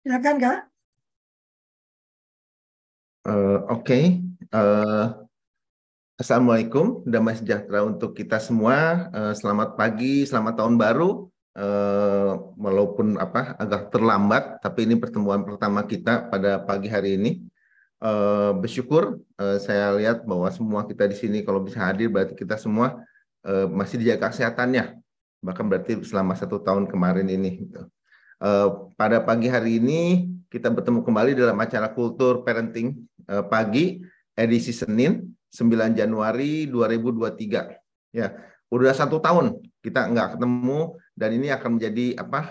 Silakan Kak. Oke. Eh, Assalamualaikum, damai sejahtera untuk kita semua. Selamat pagi, selamat tahun baru. Walaupun agak terlambat, tapi ini pertemuan pertama kita pada pagi hari ini. Bersyukur saya lihat bahwa semua kita di sini kalau bisa hadir berarti kita semua masih dijaga kesehatannya. Bahkan berarti selama 1 tahun kemarin ini. Eh, Pada pagi hari ini kita bertemu kembali dalam acara Kultur Parenting pagi edisi Senin 9 Januari 2023. Ya, udah 1 tahun kita nggak ketemu dan ini akan menjadi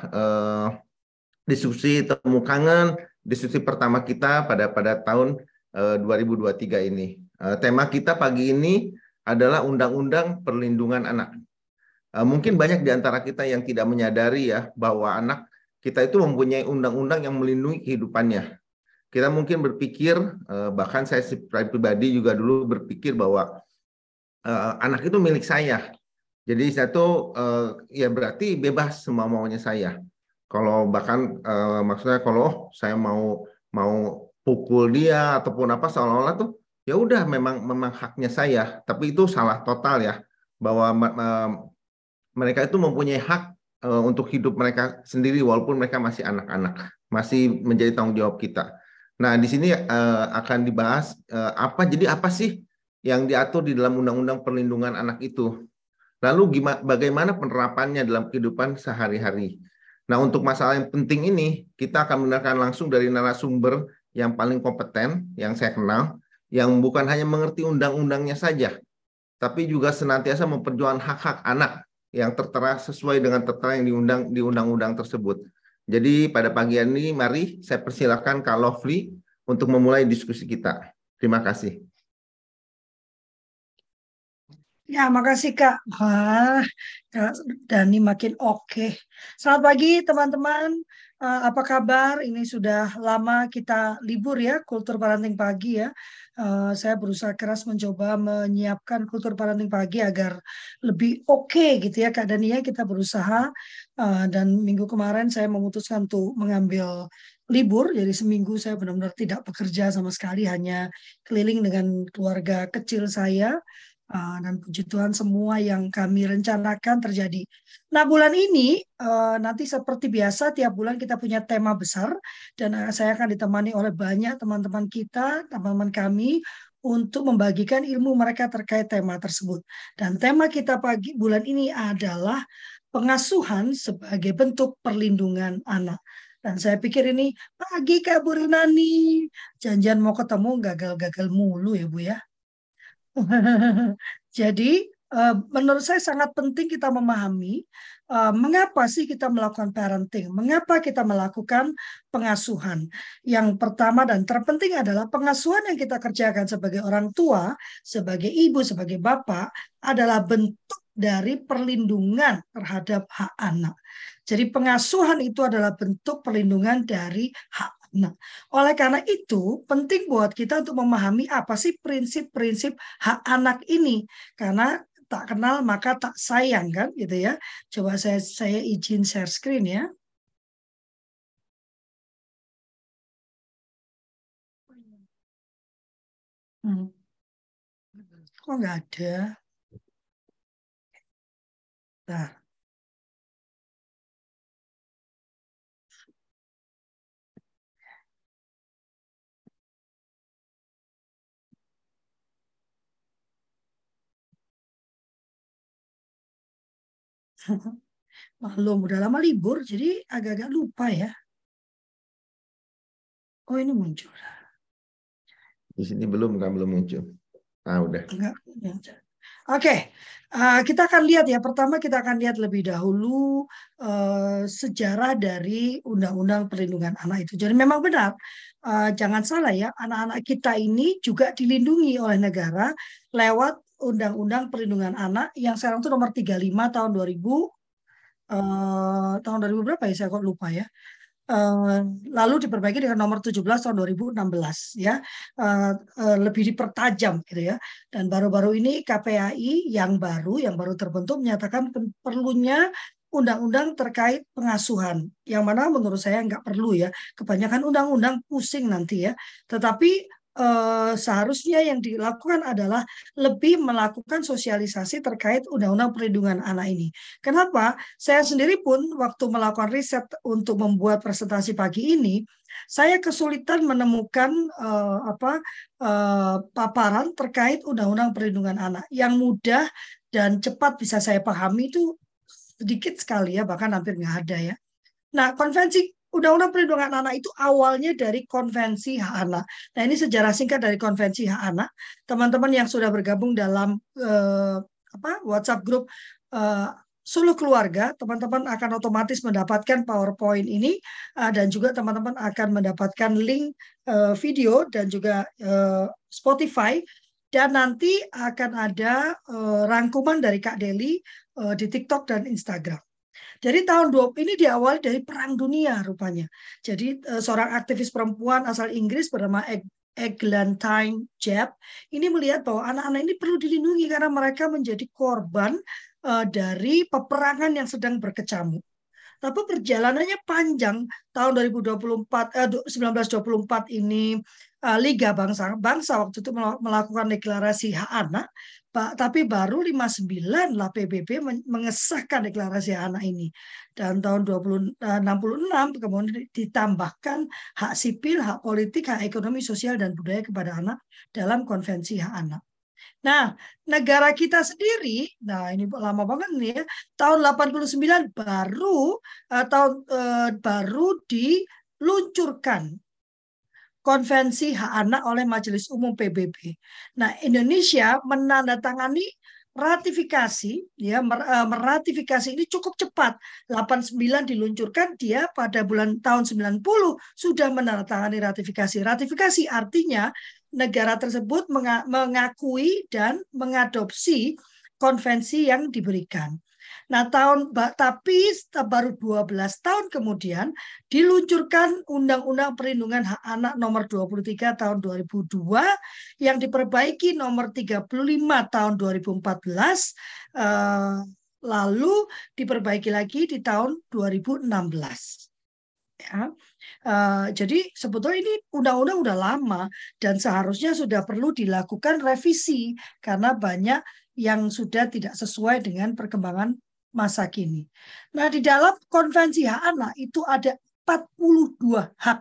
diskusi temu kangen, diskusi pertama kita pada tahun 2023 ini. Tema kita pagi ini adalah Undang-Undang Perlindungan Anak. Mungkin banyak di antara kita yang tidak menyadari ya bahwa anak kita itu mempunyai undang-undang yang melindungi kehidupannya. Kita mungkin berpikir, bahkan saya pribadi juga dulu berpikir bahwa anak itu milik saya. Jadi saya tuh ya berarti bebas semua maunya saya. Kalau bahkan maksudnya kalau saya mau pukul dia ataupun apa seolah-olah tuh ya udah memang haknya saya. Tapi itu salah total ya bahwa mereka itu mempunyai hak untuk hidup mereka sendiri walaupun mereka masih anak-anak, masih menjadi tanggung jawab kita. Nah, di sini akan dibahas apa sih yang diatur di dalam Undang-Undang Perlindungan Anak itu. Lalu bagaimana penerapannya dalam kehidupan sehari-hari. Nah, untuk masalah yang penting ini, kita akan mendengarkan langsung dari narasumber yang paling kompeten, yang saya kenal, yang bukan hanya mengerti undang-undangnya saja, tapi juga senantiasa memperjuangkan hak-hak anak yang tertera sesuai dengan tertera yang di undang-undang tersebut. Jadi pada pagi ini mari saya persilakan Kak Lovely untuk memulai diskusi kita. Terima kasih. Ya, makasih Kak. Wah, Kak Dani makin oke. Selamat pagi teman-teman. Apa kabar? Ini sudah lama kita libur ya, kultur parenting pagi ya. Saya berusaha keras mencoba menyiapkan kultur parenting pagi agar lebih oke gitu ya Kak Dani ya. Kita berusaha dan minggu kemarin saya memutuskan untuk mengambil libur. Jadi seminggu saya benar-benar tidak bekerja sama sekali, hanya keliling dengan keluarga kecil saya. Dan puji Tuhan semua yang kami rencanakan terjadi. Nah, bulan ini nanti seperti biasa tiap bulan kita punya tema besar dan saya akan ditemani oleh banyak teman-teman kita, teman-teman kami untuk membagikan ilmu mereka terkait tema tersebut. Dan tema kita pagi bulan ini adalah pengasuhan sebagai bentuk perlindungan anak. Dan saya pikir ini pagi Kak Bu Rinani, janjian mau ketemu gagal-gagal mulu ya Bu ya. Jadi, menurut saya sangat penting kita memahami mengapa sih kita melakukan parenting, mengapa kita melakukan pengasuhan. Yang pertama dan terpenting adalah pengasuhan yang kita kerjakan sebagai orang tua, sebagai ibu, sebagai bapak adalah bentuk dari perlindungan terhadap hak anak. Jadi pengasuhan itu adalah bentuk perlindungan dari hak anak. Oleh karena itu, penting buat kita untuk memahami apa sih prinsip-prinsip hak anak ini. Karena tak kenal maka tak sayang kan gitu ya. Coba saya izin share screen ya. Hmm. Kok nggak ada? Nah, maklum udah lama libur jadi agak-agak lupa ya. Oh ini muncul. Di sini belum muncul. Ah, udah. Enggak. Oke, kita akan lihat ya. Pertama kita akan lihat lebih dahulu sejarah dari Undang-Undang Perlindungan Anak itu. Jadi memang benar, jangan salah ya, anak-anak kita ini juga dilindungi oleh negara lewat Undang-Undang Perlindungan Anak yang sekarang itu nomor 35 tahun 2000, tahun 2000 berapa ya? Saya kok lupa ya. Eh, lalu diperbaiki dengan nomor 17 tahun 2016 ya. Lebih dipertajam gitu ya. Dan baru-baru ini KPAI yang baru terbentuk menyatakan perlunya undang-undang terkait pengasuhan, yang mana menurut saya nggak perlu ya. Kebanyakan undang-undang pusing nanti ya. Tetapi seharusnya yang dilakukan adalah lebih melakukan sosialisasi terkait undang-undang perlindungan anak ini. Kenapa? Saya sendiri pun waktu melakukan riset untuk membuat presentasi pagi ini, saya kesulitan menemukan paparan terkait undang-undang perlindungan anak yang mudah dan cepat bisa saya pahami itu sedikit sekali ya, bahkan hampir nggak ada ya. Nah, konvensi Undang-Undang Perlindungan Anak itu awalnya dari Konvensi Hak Anak. Nah, ini sejarah singkat dari Konvensi Hak Anak. Teman-teman yang sudah bergabung dalam WhatsApp grup Suluh Keluarga, teman-teman akan otomatis mendapatkan PowerPoint ini dan juga teman-teman akan mendapatkan link video dan juga Spotify, dan nanti akan ada rangkuman dari Kak Deli di TikTok dan Instagram. Jadi tahun 20 ini diawali dari Perang Dunia rupanya. Jadi seorang aktivis perempuan asal Inggris bernama Eglantine Jebb ini melihat bahwa anak-anak ini perlu dilindungi karena mereka menjadi korban dari peperangan yang sedang berkecamuk. Tapi perjalanannya panjang. Tahun 1924 ini Liga Bangsa waktu itu melakukan deklarasi hak anak, tapi baru 59 lah PBB mengesahkan deklarasi hak anak ini. Dan tahun 1966 kemudian ditambahkan hak sipil, hak politik, hak ekonomi, sosial, dan budaya kepada anak dalam Konvensi Hak Anak. Nah, negara kita sendiri, nah ini lama banget nih ya, tahun 89 baru diluncurkan Konvensi Hak Anak oleh Majelis Umum PBB. Nah, Indonesia menandatangani ratifikasi ya, meratifikasi ini cukup cepat. 89 diluncurkan, dia pada tahun 90 sudah menandatangani ratifikasi. Ratifikasi artinya negara tersebut mengakui dan mengadopsi konvensi yang diberikan. Nah, tapi baru 12 tahun kemudian diluncurkan Undang-Undang Perlindungan Hak Anak nomor 23 tahun 2002 yang diperbaiki nomor 35 tahun 2014, lalu diperbaiki lagi di tahun 2016. Ya. Jadi sebetulnya ini undang-undang udah lama dan seharusnya sudah perlu dilakukan revisi karena banyak yang sudah tidak sesuai dengan perkembangan masa kini. Nah, di dalam Konvensi Hak Anak itu ada 42 hak.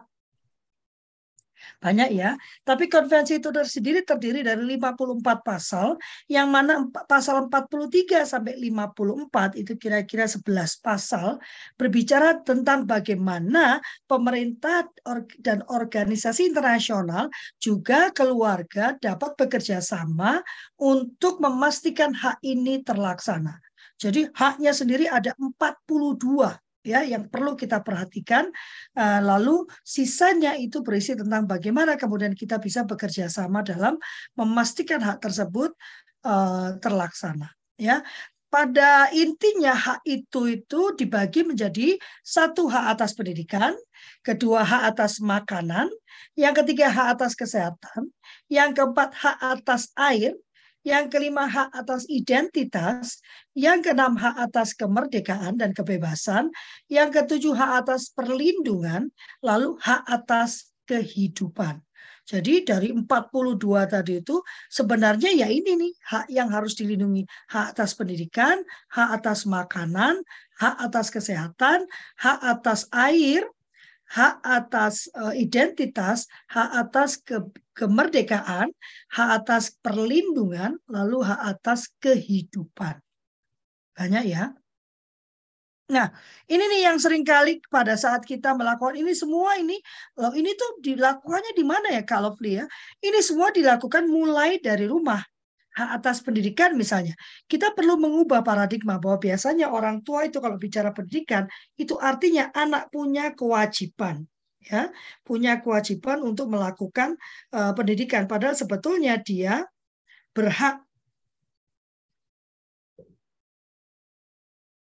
Banyak ya, tapi konvensi itu sendiri terdiri dari 54 pasal, yang mana pasal 43 sampai 54 itu kira-kira 11 pasal berbicara tentang bagaimana pemerintah dan organisasi internasional juga keluarga dapat bekerja sama untuk memastikan hak ini terlaksana. Jadi haknya sendiri ada 42 ya yang perlu kita perhatikan. Lalu sisanya itu berisi tentang bagaimana kemudian kita bisa bekerja sama dalam memastikan hak tersebut terlaksana. Ya, pada intinya hak itu dibagi menjadi satu hak atas pendidikan, kedua hak atas makanan, yang ketiga hak atas kesehatan, yang keempat hak atas air, yang kelima hak atas identitas, yang keenam hak atas kemerdekaan dan kebebasan, yang ketujuh hak atas perlindungan, lalu hak atas kehidupan. Jadi dari 42 tadi itu sebenarnya ya ini nih hak yang harus dilindungi. Hak atas pendidikan, hak atas makanan, hak atas kesehatan, hak atas air, hak atas identitas, hak atas kemerdekaan, hak atas perlindungan, lalu hak atas kehidupan. Banyak ya. Nah, ini nih yang seringkali pada saat kita melakukan ini semua ini tuh dilakukannya di mana ya Kak Lovely ya? Ini semua dilakukan mulai dari rumah. Hak atas pendidikan misalnya, kita perlu mengubah paradigma bahwa biasanya orang tua itu kalau bicara pendidikan itu artinya anak punya kewajiban, ya, punya kewajiban untuk melakukan pendidikan. Padahal sebetulnya dia berhak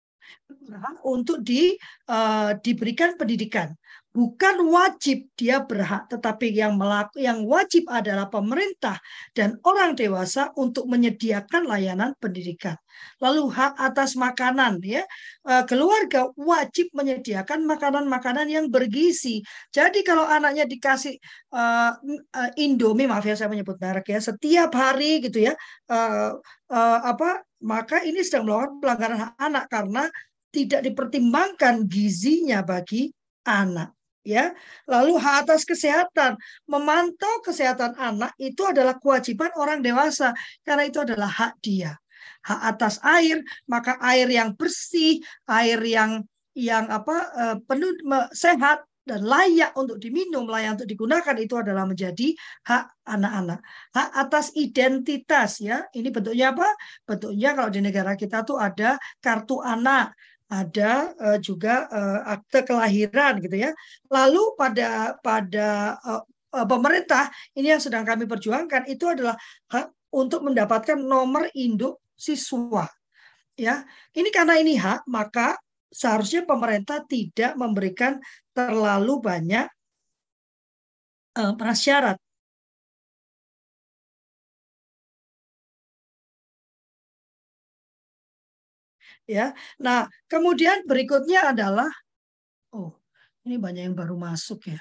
berhak untuk diberikan pendidikan. Bukan wajib dia berhak, tetapi yang wajib adalah pemerintah dan orang dewasa untuk menyediakan layanan pendidikan. Lalu hak atas makanan, ya, keluarga wajib menyediakan makanan-makanan yang bergizi. Jadi kalau anaknya dikasih Indomie, maaf ya saya menyebut merek ya, setiap hari gitu ya, maka ini sedang melakukan pelanggaran hak anak karena tidak dipertimbangkan gizinya bagi anak. Ya, lalu hak atas kesehatan, memantau kesehatan anak itu adalah kewajiban orang dewasa karena itu adalah hak dia. Hak atas air, maka air yang bersih, air yang penuh sehat dan layak untuk diminum, layak untuk digunakan itu adalah menjadi hak anak-anak. Hak atas identitas, ya, ini bentuknya apa? Bentuknya kalau di negara kita tuh ada kartu anak, ada juga akte kelahiran gitu ya. Lalu pada pemerintah ini yang sedang kami perjuangkan itu adalah hak untuk mendapatkan nomor induk siswa. Ya, ini karena ini hak, maka seharusnya pemerintah tidak memberikan terlalu banyak prasyarat. Ya, nah kemudian berikutnya adalah, oh ini banyak yang baru masuk ya.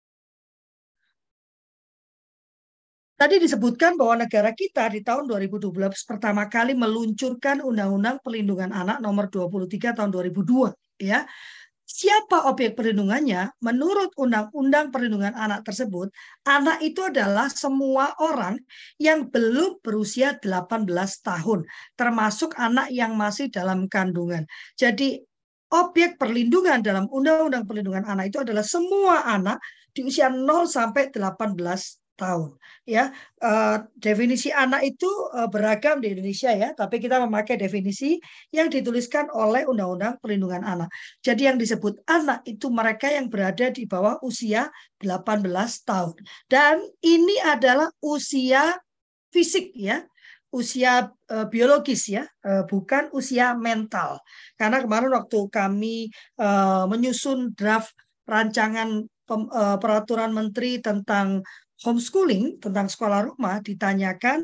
Tadi disebutkan bahwa negara kita di tahun 2012 pertama kali meluncurkan Undang-Undang Perlindungan Anak nomor 23 tahun 2002. Ya, siapa objek perlindungannya? Menurut Undang-Undang Perlindungan Anak tersebut, anak itu adalah semua orang yang belum berusia 18 tahun, termasuk anak yang masih dalam kandungan. Jadi, objek perlindungan dalam Undang-Undang Perlindungan Anak itu adalah semua anak di usia 0 sampai 18 tahun. Ya, definisi anak itu beragam di Indonesia ya, tapi kita memakai definisi yang dituliskan oleh Undang-Undang Perlindungan Anak. Jadi yang disebut anak itu mereka yang berada di bawah usia 18 tahun. Dan ini adalah usia fisik ya, usia biologis ya, bukan usia mental. Karena kemarin waktu kami menyusun draft rancangan peraturan menteri tentang homeschooling, tentang sekolah rumah, ditanyakan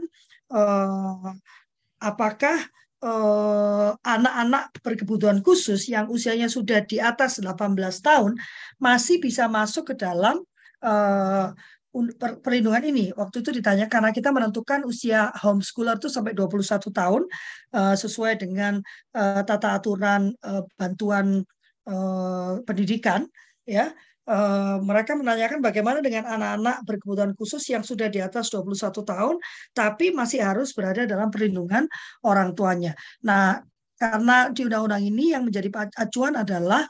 apakah anak-anak berkebutuhan khusus yang usianya sudah di atas 18 tahun masih bisa masuk ke dalam perlindungan ini. Waktu itu ditanya karena kita menentukan usia homeschooler itu sampai 21 tahun sesuai dengan tata aturan bantuan pendidikan ya. Mereka menanyakan bagaimana dengan anak-anak berkebutuhan khusus yang sudah di atas 21 tahun tapi masih harus berada dalam perlindungan orang tuanya. Nah, karena di undang-undang ini yang menjadi acuan adalah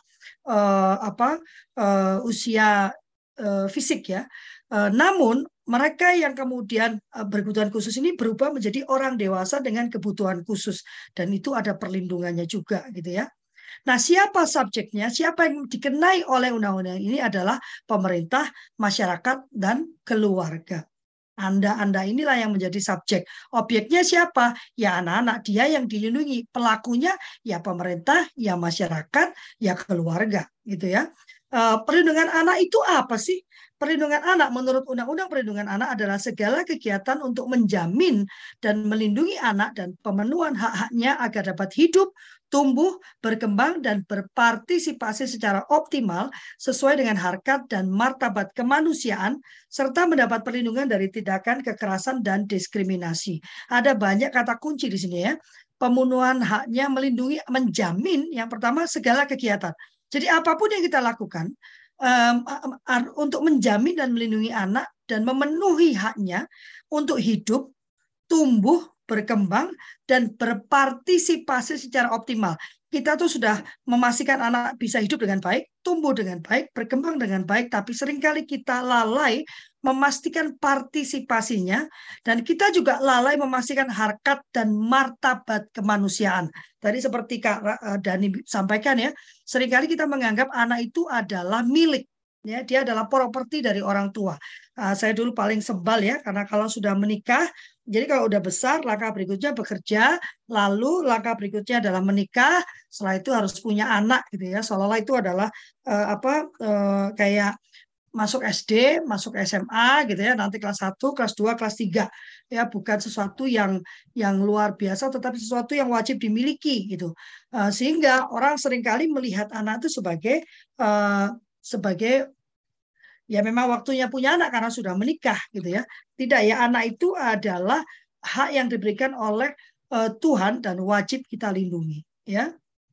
usia fisik ya. Namun mereka yang kemudian berkebutuhan khusus ini berubah menjadi orang dewasa dengan kebutuhan khusus dan itu ada perlindungannya juga gitu ya. Nah, siapa subjeknya? Siapa yang dikenai oleh undang-undang ini adalah pemerintah, masyarakat, dan keluarga. Anda inilah yang menjadi subjek. Objeknya siapa? Ya anak-anak. Dia yang dilindungi. Pelakunya ya pemerintah, ya masyarakat, ya keluarga. Gitu ya. Perlindungan anak itu apa sih? Perlindungan anak menurut Undang-Undang Perlindungan Anak adalah segala kegiatan untuk menjamin dan melindungi anak dan pemenuhan hak-haknya agar dapat hidup, tumbuh, berkembang, dan berpartisipasi secara optimal sesuai dengan harkat dan martabat kemanusiaan, serta mendapat perlindungan dari tindakan kekerasan dan diskriminasi. Ada banyak kata kunci di sini ya. Pemenuhan haknya melindungi, menjamin, yang pertama segala kegiatan. Jadi apapun yang kita lakukan, untuk menjamin dan melindungi anak dan memenuhi haknya untuk hidup, tumbuh, berkembang, dan berpartisipasi secara optimal. Kita tuh sudah memastikan anak bisa hidup dengan baik, tumbuh dengan baik, berkembang dengan baik, tapi seringkali kita lalai memastikan partisipasinya, dan kita juga lalai memastikan harkat dan martabat kemanusiaan. Tadi seperti Kak Dani sampaikan ya, seringkali kita menganggap anak itu adalah milik, Ya, dia adalah properti dari orang tua. Saya dulu paling sebal ya, karena kalau sudah menikah, jadi kalau udah besar, langkah berikutnya bekerja, lalu langkah berikutnya adalah menikah, setelah itu harus punya anak gitu ya. Seolah-olah itu adalah kayak masuk SD, masuk SMA gitu ya, nanti kelas 1, kelas 2, kelas 3. Ya, bukan sesuatu yang luar biasa tetapi sesuatu yang wajib dimiliki gitu. Sehingga orang seringkali melihat anak itu sebagai ya memang waktunya punya anak karena sudah menikah gitu ya. Tidak ya, anak itu adalah hak yang diberikan oleh Tuhan dan wajib kita lindungi ya.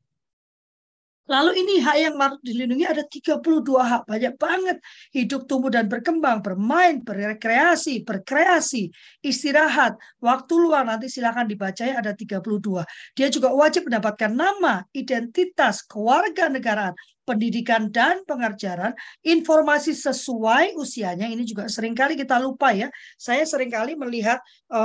Lalu ini hak yang dilindungi ada 32 hak. Banyak banget. Hidup, tumbuh, dan berkembang. Bermain, berrekreasi, berkreasi, istirahat, waktu luang. Nanti silakan dibaca ya, ada 32. Dia juga wajib mendapatkan nama, identitas, kewarganegaraan, pendidikan, dan pengajaran. Informasi sesuai usianya. Ini juga seringkali kita lupa ya. Saya seringkali melihat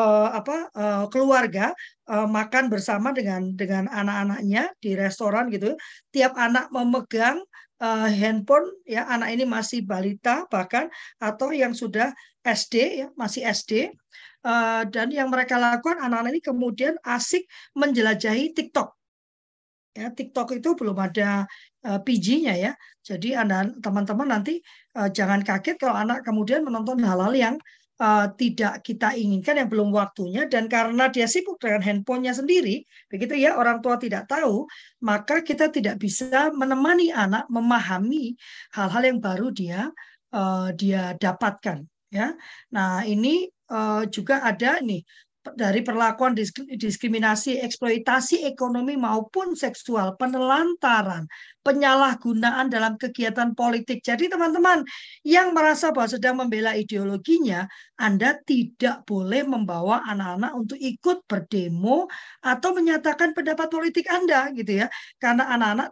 keluarga makan bersama dengan anak-anaknya di restoran gitu. Tiap anak memegang handphone ya, anak ini masih balita bahkan atau yang sudah SD ya, masih SD. Dan yang mereka lakukan anak-anak ini kemudian asik menjelajahi TikTok. Ya, TikTok itu belum ada PG-nya ya. Jadi Anda teman-teman nanti jangan kaget kalau anak kemudian menonton hal-hal yang tidak kita inginkan, yang belum waktunya, dan karena dia sibuk dengan handphonenya sendiri, begitu ya, orang tua tidak tahu, maka kita tidak bisa menemani anak memahami hal-hal yang baru dia dapatkan ya. Nah, ini juga ada nih dari perlakuan diskriminasi, eksploitasi ekonomi maupun seksual, penelantaran, penyalahgunaan dalam kegiatan politik. Jadi teman-teman yang merasa bahwa sedang membela ideologinya, Anda tidak boleh membawa anak-anak untuk ikut berdemo atau menyatakan pendapat politik Anda gitu ya. Karena anak-anak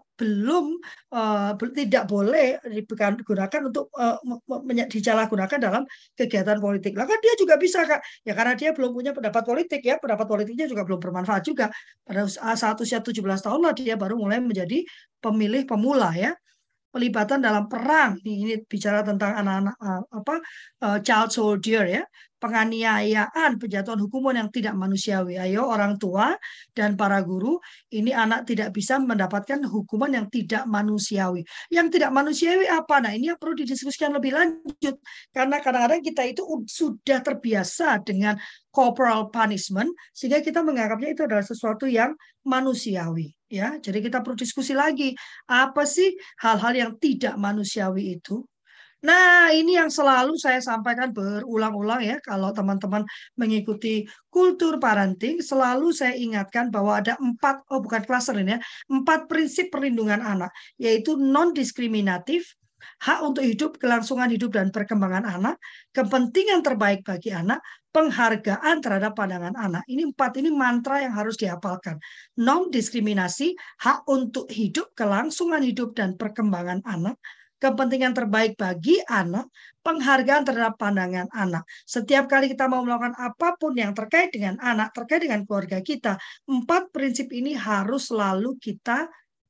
tidak boleh digunakan untuk disalahgunakan dalam kegiatan politik. Lah kan dia juga bisa Kak, ya karena dia belum punya pendapat politik ya, pendapat politiknya juga belum bermanfaat juga. Pada saat usia 17 tahun lah dia baru mulai menjadi pemilih pemula ya. Pelibatan dalam perang, ini bicara tentang anak-anak child soldier ya, penganiayaan, penjatuhan hukuman yang tidak manusiawi. Ayo orang tua dan para guru, ini anak tidak bisa mendapatkan hukuman yang tidak manusiawi. Yang tidak manusiawi apa? Nah, ini yang perlu didiskusikan lebih lanjut karena kadang-kadang kita itu sudah terbiasa dengan corporal punishment sehingga kita menganggapnya itu adalah sesuatu yang manusiawi ya. Jadi kita perlu diskusi lagi, apa sih hal-hal yang tidak manusiawi itu? Nah, ini yang selalu saya sampaikan berulang-ulang ya, kalau teman-teman mengikuti kultur parenting, selalu saya ingatkan bahwa ada 4, bukan klaster ini ya, 4 prinsip perlindungan anak, yaitu non-diskriminatif, hak untuk hidup, kelangsungan hidup dan perkembangan anak, kepentingan terbaik bagi anak, penghargaan terhadap pandangan anak. Ini 4 ini mantra yang harus dihafalkan. Non-diskriminasi, hak untuk hidup, kelangsungan hidup dan perkembangan anak, kepentingan terbaik bagi anak, penghargaan terhadap pandangan anak. Setiap kali kita mau melakukan apapun yang terkait dengan anak, terkait dengan keluarga kita, 4 prinsip ini harus selalu kita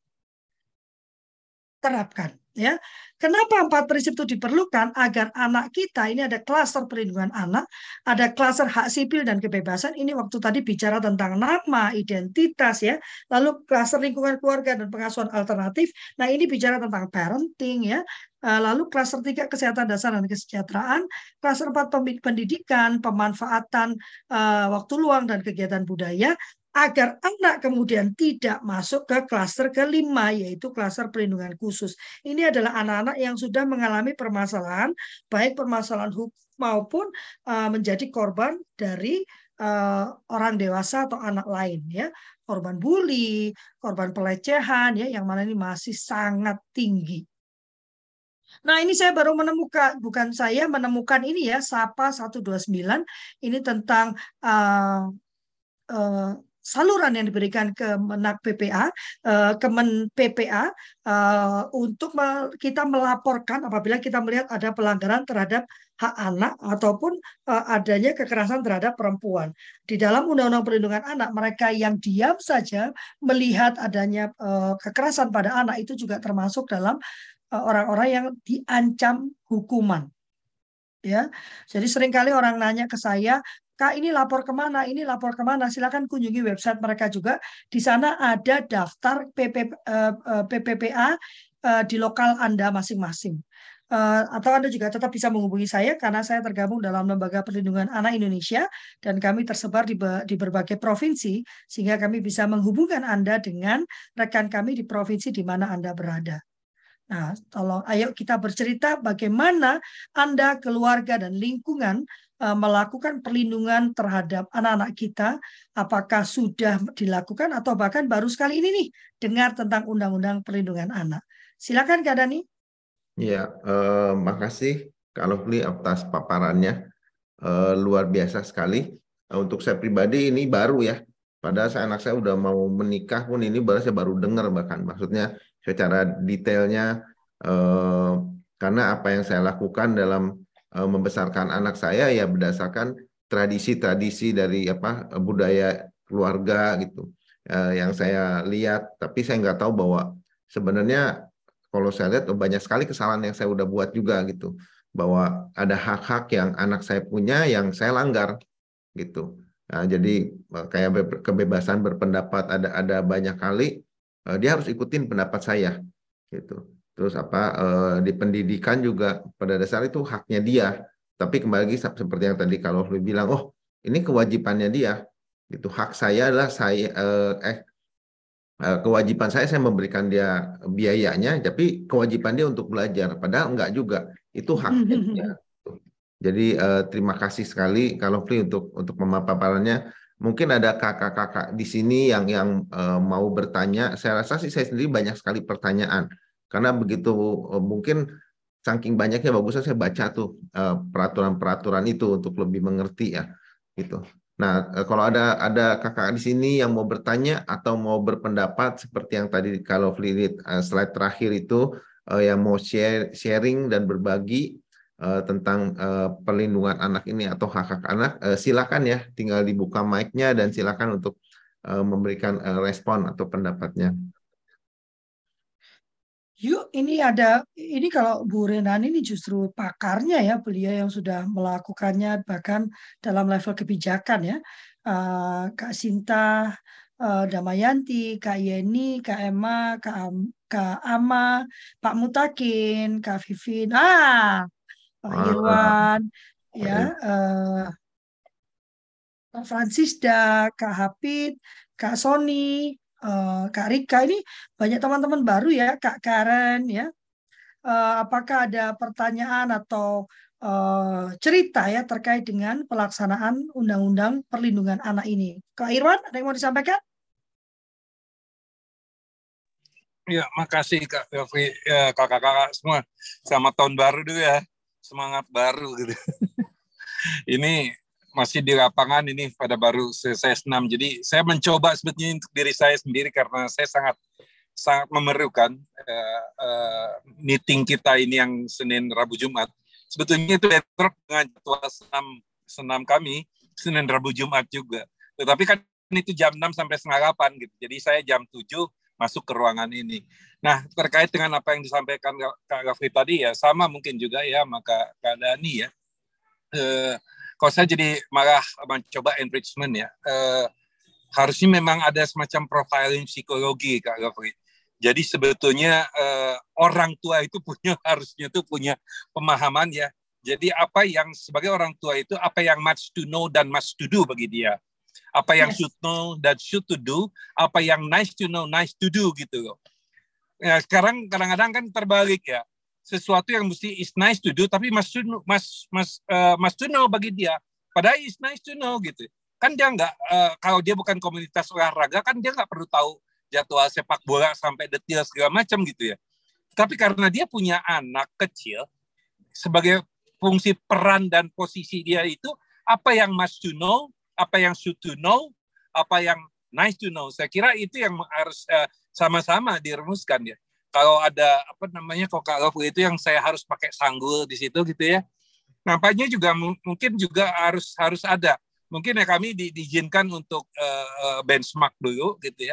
terapkan. Ya, kenapa 4 prinsip itu diperlukan? Agar anak kita ini ada klaster perlindungan anak, ada klaster hak sipil dan kebebasan. Ini waktu tadi bicara tentang nama, identitas ya, lalu klaster lingkungan keluarga dan pengasuhan alternatif. Nah, ini bicara tentang parenting ya. Lalu klaster 3 kesehatan dasar dan kesejahteraan, klaster 4 pendidikan, pemanfaatan waktu luang dan kegiatan budaya, agar anak kemudian tidak masuk ke klaster kelima, yaitu klaster perlindungan khusus. Ini adalah anak-anak yang sudah mengalami permasalahan, baik permasalahan hukum maupun menjadi korban dari orang dewasa atau anak lain, ya, korban bully, korban pelecehan, ya, yang mana ini masih sangat tinggi. Nah, ini saya baru menemukan, bukan saya menemukan ini ya, SAPA 129, ini tentang saluran yang diberikan ke Menak PPA, Kemen PPA, untuk kita melaporkan apabila kita melihat ada pelanggaran terhadap hak anak ataupun adanya kekerasan terhadap perempuan. Di dalam Undang-Undang Perlindungan Anak, mereka yang diam saja melihat adanya kekerasan pada anak itu juga termasuk dalam orang-orang yang diancam hukuman. Ya, jadi seringkali orang nanya ke saya, Kak, ini lapor kemana? Ini lapor kemana? Silakan kunjungi website mereka juga. Di sana ada daftar PPPA di lokal Anda masing-masing. Atau Anda juga tetap bisa menghubungi saya karena saya tergabung dalam Lembaga Perlindungan Anak Indonesia dan kami tersebar di berbagai provinsi sehingga kami bisa menghubungkan Anda dengan rekan kami di provinsi di mana Anda berada. Nah, tolong ayo kita bercerita bagaimana Anda, keluarga, dan lingkungan melakukan perlindungan terhadap anak-anak kita. Apakah sudah dilakukan atau bahkan baru sekali ini nih dengar tentang Undang-Undang Perlindungan Anak. Silakan Kak Dani. Ya, makasih Kak Lovely atas paparannya. Luar biasa sekali. Untuk saya pribadi ini baru ya. Padahal anak saya udah mau menikah pun ini baru saya baru dengar bahkan. Maksudnya secara detailnya karena apa yang saya lakukan dalam membesarkan anak saya ya berdasarkan tradisi-tradisi dari budaya keluarga gitu. Yang saya lihat, tapi saya nggak tahu bahwa sebenarnya kalau saya lihat banyak sekali kesalahan yang saya udah buat juga gitu, bahwa ada hak-hak yang anak saya punya yang saya langgar gitu. Nah, jadi kayak kebebasan berpendapat ada banyak kali dia harus ikutin pendapat saya gitu. Terus di pendidikan juga pada dasar itu haknya dia. Tapi kembali lagi seperti yang tadi kalau lu bilang, oh ini kewajibannya dia. Gitu. Hak saya adalah kewajiban saya memberikan dia biayanya, tapi kewajiban dia untuk belajar. Padahal enggak juga, itu haknya dia. Jadi terima kasih sekali kalau Fli untuk pemaparannya. Mungkin ada kakak-kakak di sini yang mau bertanya. Saya rasa sih saya sendiri banyak sekali pertanyaan. Karena begitu mungkin saking banyaknya bagusnya saya baca tuh peraturan-peraturan itu untuk lebih mengerti ya gitu. Nah, kalau ada kakak di sini yang mau bertanya atau mau berpendapat seperti yang tadi kalau lihat slide terakhir itu yang mau sharing dan berbagi tentang perlindungan anak ini atau hak-hak anak, silakan ya, tinggal dibuka mic-nya dan silakan untuk memberikan respon atau pendapatnya. Yuk, ini kalau Bu Renani ini justru pakarnya ya, beliau yang sudah melakukannya bahkan dalam level kebijakan ya. Kak Sinta, Damayanti, Kak Yeni, Kak Emma, Kak Ama, Pak Mutakin, Kak Vivin, Pak Irwan, ya, Kak Francisda, Kak Hafid, Kak Sony, Kak Rika, ini banyak teman-teman baru ya, Kak Karen ya. Apakah ada pertanyaan atau cerita ya terkait dengan pelaksanaan Undang-Undang Perlindungan Anak ini? Kak Irwan, ada yang mau disampaikan? Ya, makasih Kak Yofi, ya, kakak-kakak semua. Selamat tahun baru dulu ya, semangat baru gitu. Ini masih di lapangan ini pada baru selesai senam. Jadi saya mencoba sebetulnya untuk diri saya sendiri karena saya sangat memerlukan meeting kita ini yang Senin, Rabu, Jumat. Sebetulnya itu bentrok dengan jadwal senam kami Senin, Rabu, Jumat juga. Tetapi kan itu jam 6 sampai setengah 8 gitu. Jadi saya jam 7 masuk ke ruangan ini. Nah, terkait dengan apa yang disampaikan Kak Gafri tadi ya, sama mungkin juga ya, maka Kak Dani ya. Kalau saya jadi malah mencoba enrichment ya, harusnya memang ada semacam profiling psikologi Kak Gafri. Jadi sebetulnya orang tua itu harusnya tuh punya pemahaman ya. Jadi apa yang sebagai orang tua itu apa yang must to know dan must to do bagi dia. Apa yang should know dan should to do, apa yang nice to know, nice to do gitu loh. Ya, sekarang kadang-kadang kan terbalik ya. Sesuatu yang mesti is nice to do tapi must to know bagi dia. Padahal is nice to know gitu. Kan dia nggak kalau dia bukan komunitas olahraga kan dia nggak perlu tahu jadwal sepak bola sampai detail segala macam gitu ya. Tapi karena dia punya anak kecil sebagai fungsi peran dan posisi dia itu apa yang must to know, apa yang should to know, apa yang nice to know. Saya kira itu yang harus sama-sama dirumuskan ya. Kalau ada kalau itu yang saya harus pakai sanggul di situ gitu ya. Nampaknya juga mungkin juga harus ada. Mungkin ya kami diizinkan untuk benchmark dulu gitu ya.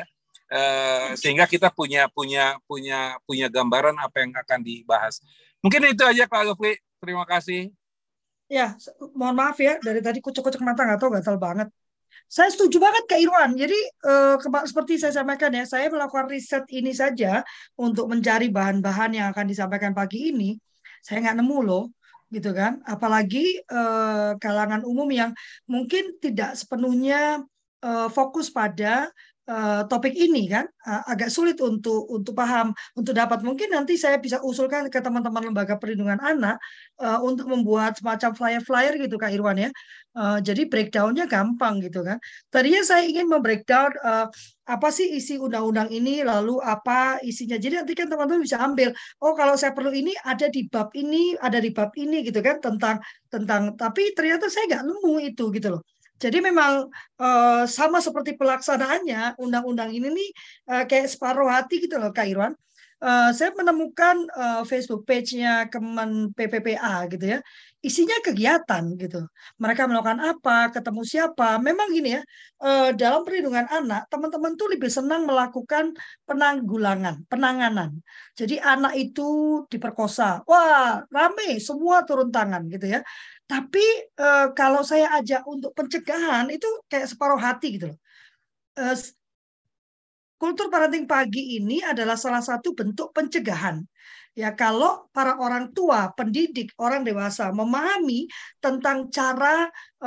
sehingga kita punya gambaran apa yang akan dibahas. Mungkin itu aja Kak Lufli. Terima kasih. Ya, mohon maaf ya, dari tadi kucek-kucek mata nggak tahu, gatal banget. Saya setuju banget Kak Irwan. Jadi seperti saya sampaikan ya, saya melakukan riset ini saja untuk mencari bahan-bahan yang akan disampaikan pagi ini. Saya nggak nemu loh, gitu kan. Apalagi kalangan umum yang mungkin tidak sepenuhnya fokus pada topik ini kan, agak sulit untuk paham, untuk dapat. Mungkin nanti saya bisa usulkan ke teman-teman lembaga perlindungan anak untuk membuat semacam flyer-flyer gitu Kak Irwan ya. Jadi breakdown-nya gampang gitu kan. Tadinya saya ingin membreakdown apa sih isi undang-undang ini, lalu apa isinya. Jadi nanti kan teman-teman bisa ambil, oh kalau saya perlu ini ada di bab ini, ada di bab ini gitu kan, tentang. Tapi ternyata saya nggak nemu itu gitu loh. Jadi memang sama seperti pelaksanaannya undang-undang ini nih kayak separuh hati gitu loh Kak Irwan. Saya menemukan Facebook page-nya Kemen PPPA gitu ya. Isinya kegiatan gitu. Mereka melakukan apa, ketemu siapa. Memang gini ya, dalam perlindungan anak, teman-teman tuh lebih senang melakukan penanganan. Jadi anak itu diperkosa. Wah, rame, semua turun tangan gitu ya. Tapi kalau saya ajak untuk pencegahan itu kayak separuh hati gitu loh. Kultur parenting pagi ini adalah salah satu bentuk pencegahan. Ya, kalau para orang tua, pendidik, orang dewasa memahami tentang cara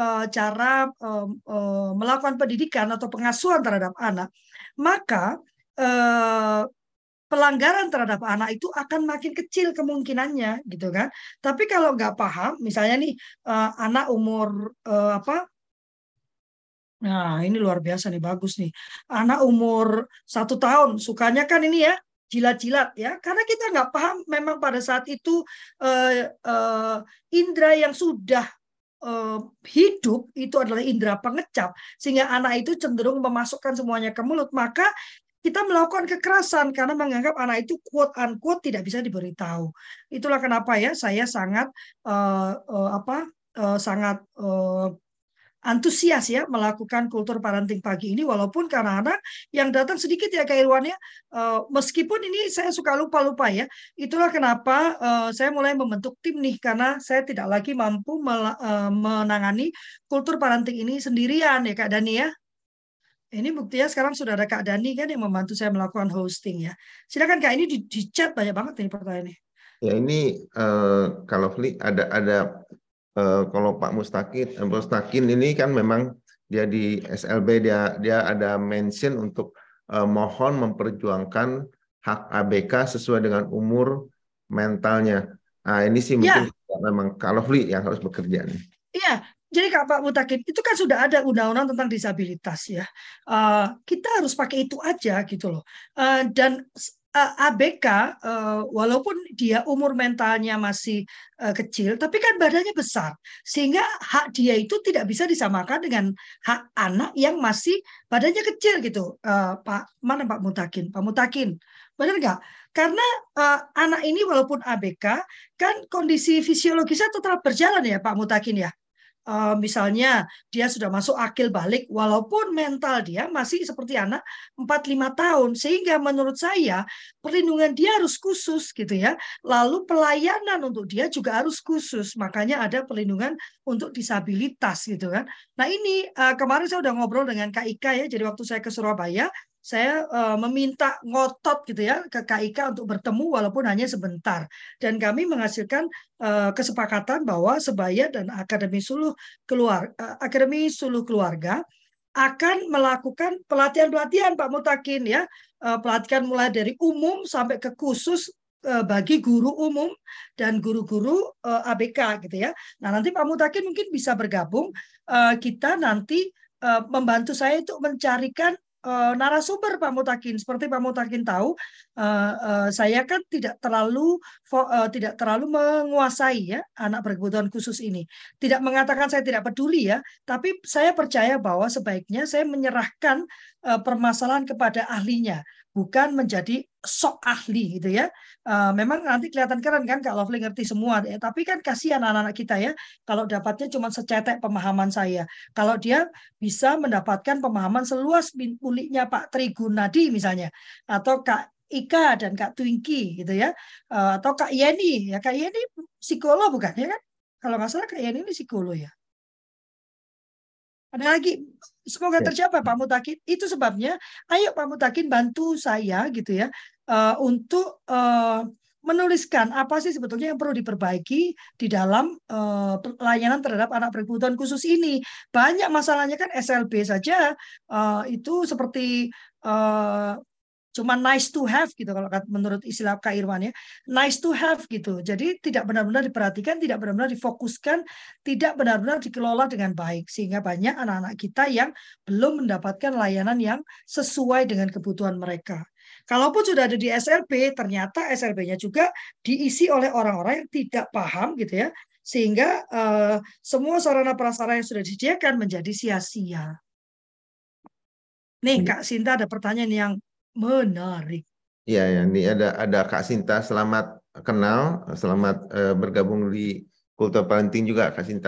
melakukan pendidikan atau pengasuhan terhadap anak, maka pelanggaran terhadap anak itu akan makin kecil kemungkinannya, gitu kan? Tapi kalau nggak paham, misalnya nih anak umur apa? Nah, ini luar biasa nih, bagus nih. Anak umur 1 tahun, sukanya kan ini ya, jilat-jilat ya. Karena kita nggak paham memang pada saat itu indera yang sudah hidup itu adalah indera pengecap. Sehingga anak itu cenderung memasukkan semuanya ke mulut. Maka kita melakukan kekerasan karena menganggap anak itu quote unquote tidak bisa diberitahu. Itulah kenapa ya saya sangat sangat antusias ya melakukan kultur parenting pagi ini, walaupun kadang-kadang yang datang sedikit ya Kak Irwan ya. Meskipun ini saya suka lupa-lupa ya. Itulah kenapa saya mulai membentuk tim nih, karena saya tidak lagi mampu menangani kultur parenting ini sendirian ya Kak Dani ya. Ini buktinya sekarang sudah ada Kak Dani kan yang membantu saya melakukan hosting ya. Silakan Kak, ini di chat banyak banget ini pertanyaannya. Ya ini kalau ada kalau Pak Mustakin ini kan memang dia di SLB dia ada mention untuk mohon memperjuangkan hak ABK sesuai dengan umur mentalnya. Nah ini sih mungkin memang kalau yang harus bekerja nih. Iya, jadi Pak Mutakin, itu kan sudah ada undang-undang tentang disabilitas ya. Kita harus pakai itu aja gitu loh. Dan ABK, walaupun dia umur mentalnya masih kecil, tapi kan badannya besar. Sehingga hak dia itu tidak bisa disamakan dengan hak anak yang masih badannya kecil gitu. Mana Pak Mutakin? Pak Mutakin, benar nggak? Karena anak ini walaupun ABK, kan kondisi fisiologisnya tetap berjalan ya Pak Mutakin ya. Misalnya dia sudah masuk akil balik walaupun mental dia masih seperti anak 4-5 tahun, sehingga menurut saya perlindungan dia harus khusus gitu ya, lalu pelayanan untuk dia juga harus khusus, makanya ada perlindungan untuk disabilitas gitu kan. Nah ini kemarin saya udah ngobrol dengan Kak Ika ya, jadi waktu saya ke Surabaya saya meminta ngotot gitu ya ke Kak Ika untuk bertemu walaupun hanya sebentar, dan kami menghasilkan kesepakatan bahwa Sebaya dan Akademi Suluh Keluarga akan melakukan pelatihan-pelatihan Pak Mutakin ya, pelatihan mulai dari umum sampai ke khusus bagi guru umum dan guru-guru ABK gitu ya. Nah nanti Pak Mutakin mungkin bisa bergabung, kita nanti membantu saya untuk mencarikan narasumber Pak Mutakin. Seperti Pak Mutakin tahu, saya kan tidak terlalu menguasai ya anak berkebutuhan khusus ini. Tidak mengatakan saya tidak peduli ya, tapi saya percaya bahwa sebaiknya saya menyerahkan permasalahan kepada ahlinya, bukan menjadi sok ahli gitu ya. Memang nanti kelihatan keren kan Kak Lovely ngerti semua ya. Tapi kan kasihan anak-anak kita ya kalau dapatnya cuma secetek pemahaman saya. Kalau dia bisa mendapatkan pemahaman seluas miliknya Pak Trigunadi misalnya, atau Kak Ika dan Kak Twinky gitu ya, atau Kak Yeni ya. Kak Yeni psikolog bukan ya kan? Kalau nggak salah Kak Yeni ini psikolog ya. Ada lagi, semoga Ya. tercapai Pak Mutakin. Itu sebabnya, ayo Pak Mutakin bantu saya gitu ya, untuk menuliskan apa sih sebetulnya yang perlu diperbaiki di dalam pelayanan terhadap anak berkebutuhan khusus ini. Banyak masalahnya kan SLB saja itu seperti cuma nice to have gitu kalau menurut istilah Kak Irwan ya, nice to have gitu. Jadi tidak benar-benar diperhatikan, tidak benar-benar difokuskan, tidak benar-benar dikelola dengan baik sehingga banyak anak-anak kita yang belum mendapatkan layanan yang sesuai dengan kebutuhan mereka. Kalaupun sudah ada di SLB, ternyata SLB-nya juga diisi oleh orang-orang yang tidak paham gitu ya, sehingga semua sarana prasarana yang sudah disediakan menjadi sia-sia. Nih Kak Sinta ada pertanyaan yang menarik. Iya, ya. Ini ada Kak Sinta. Selamat kenal, selamat bergabung di Kultur Parenting juga, Kak Sinta.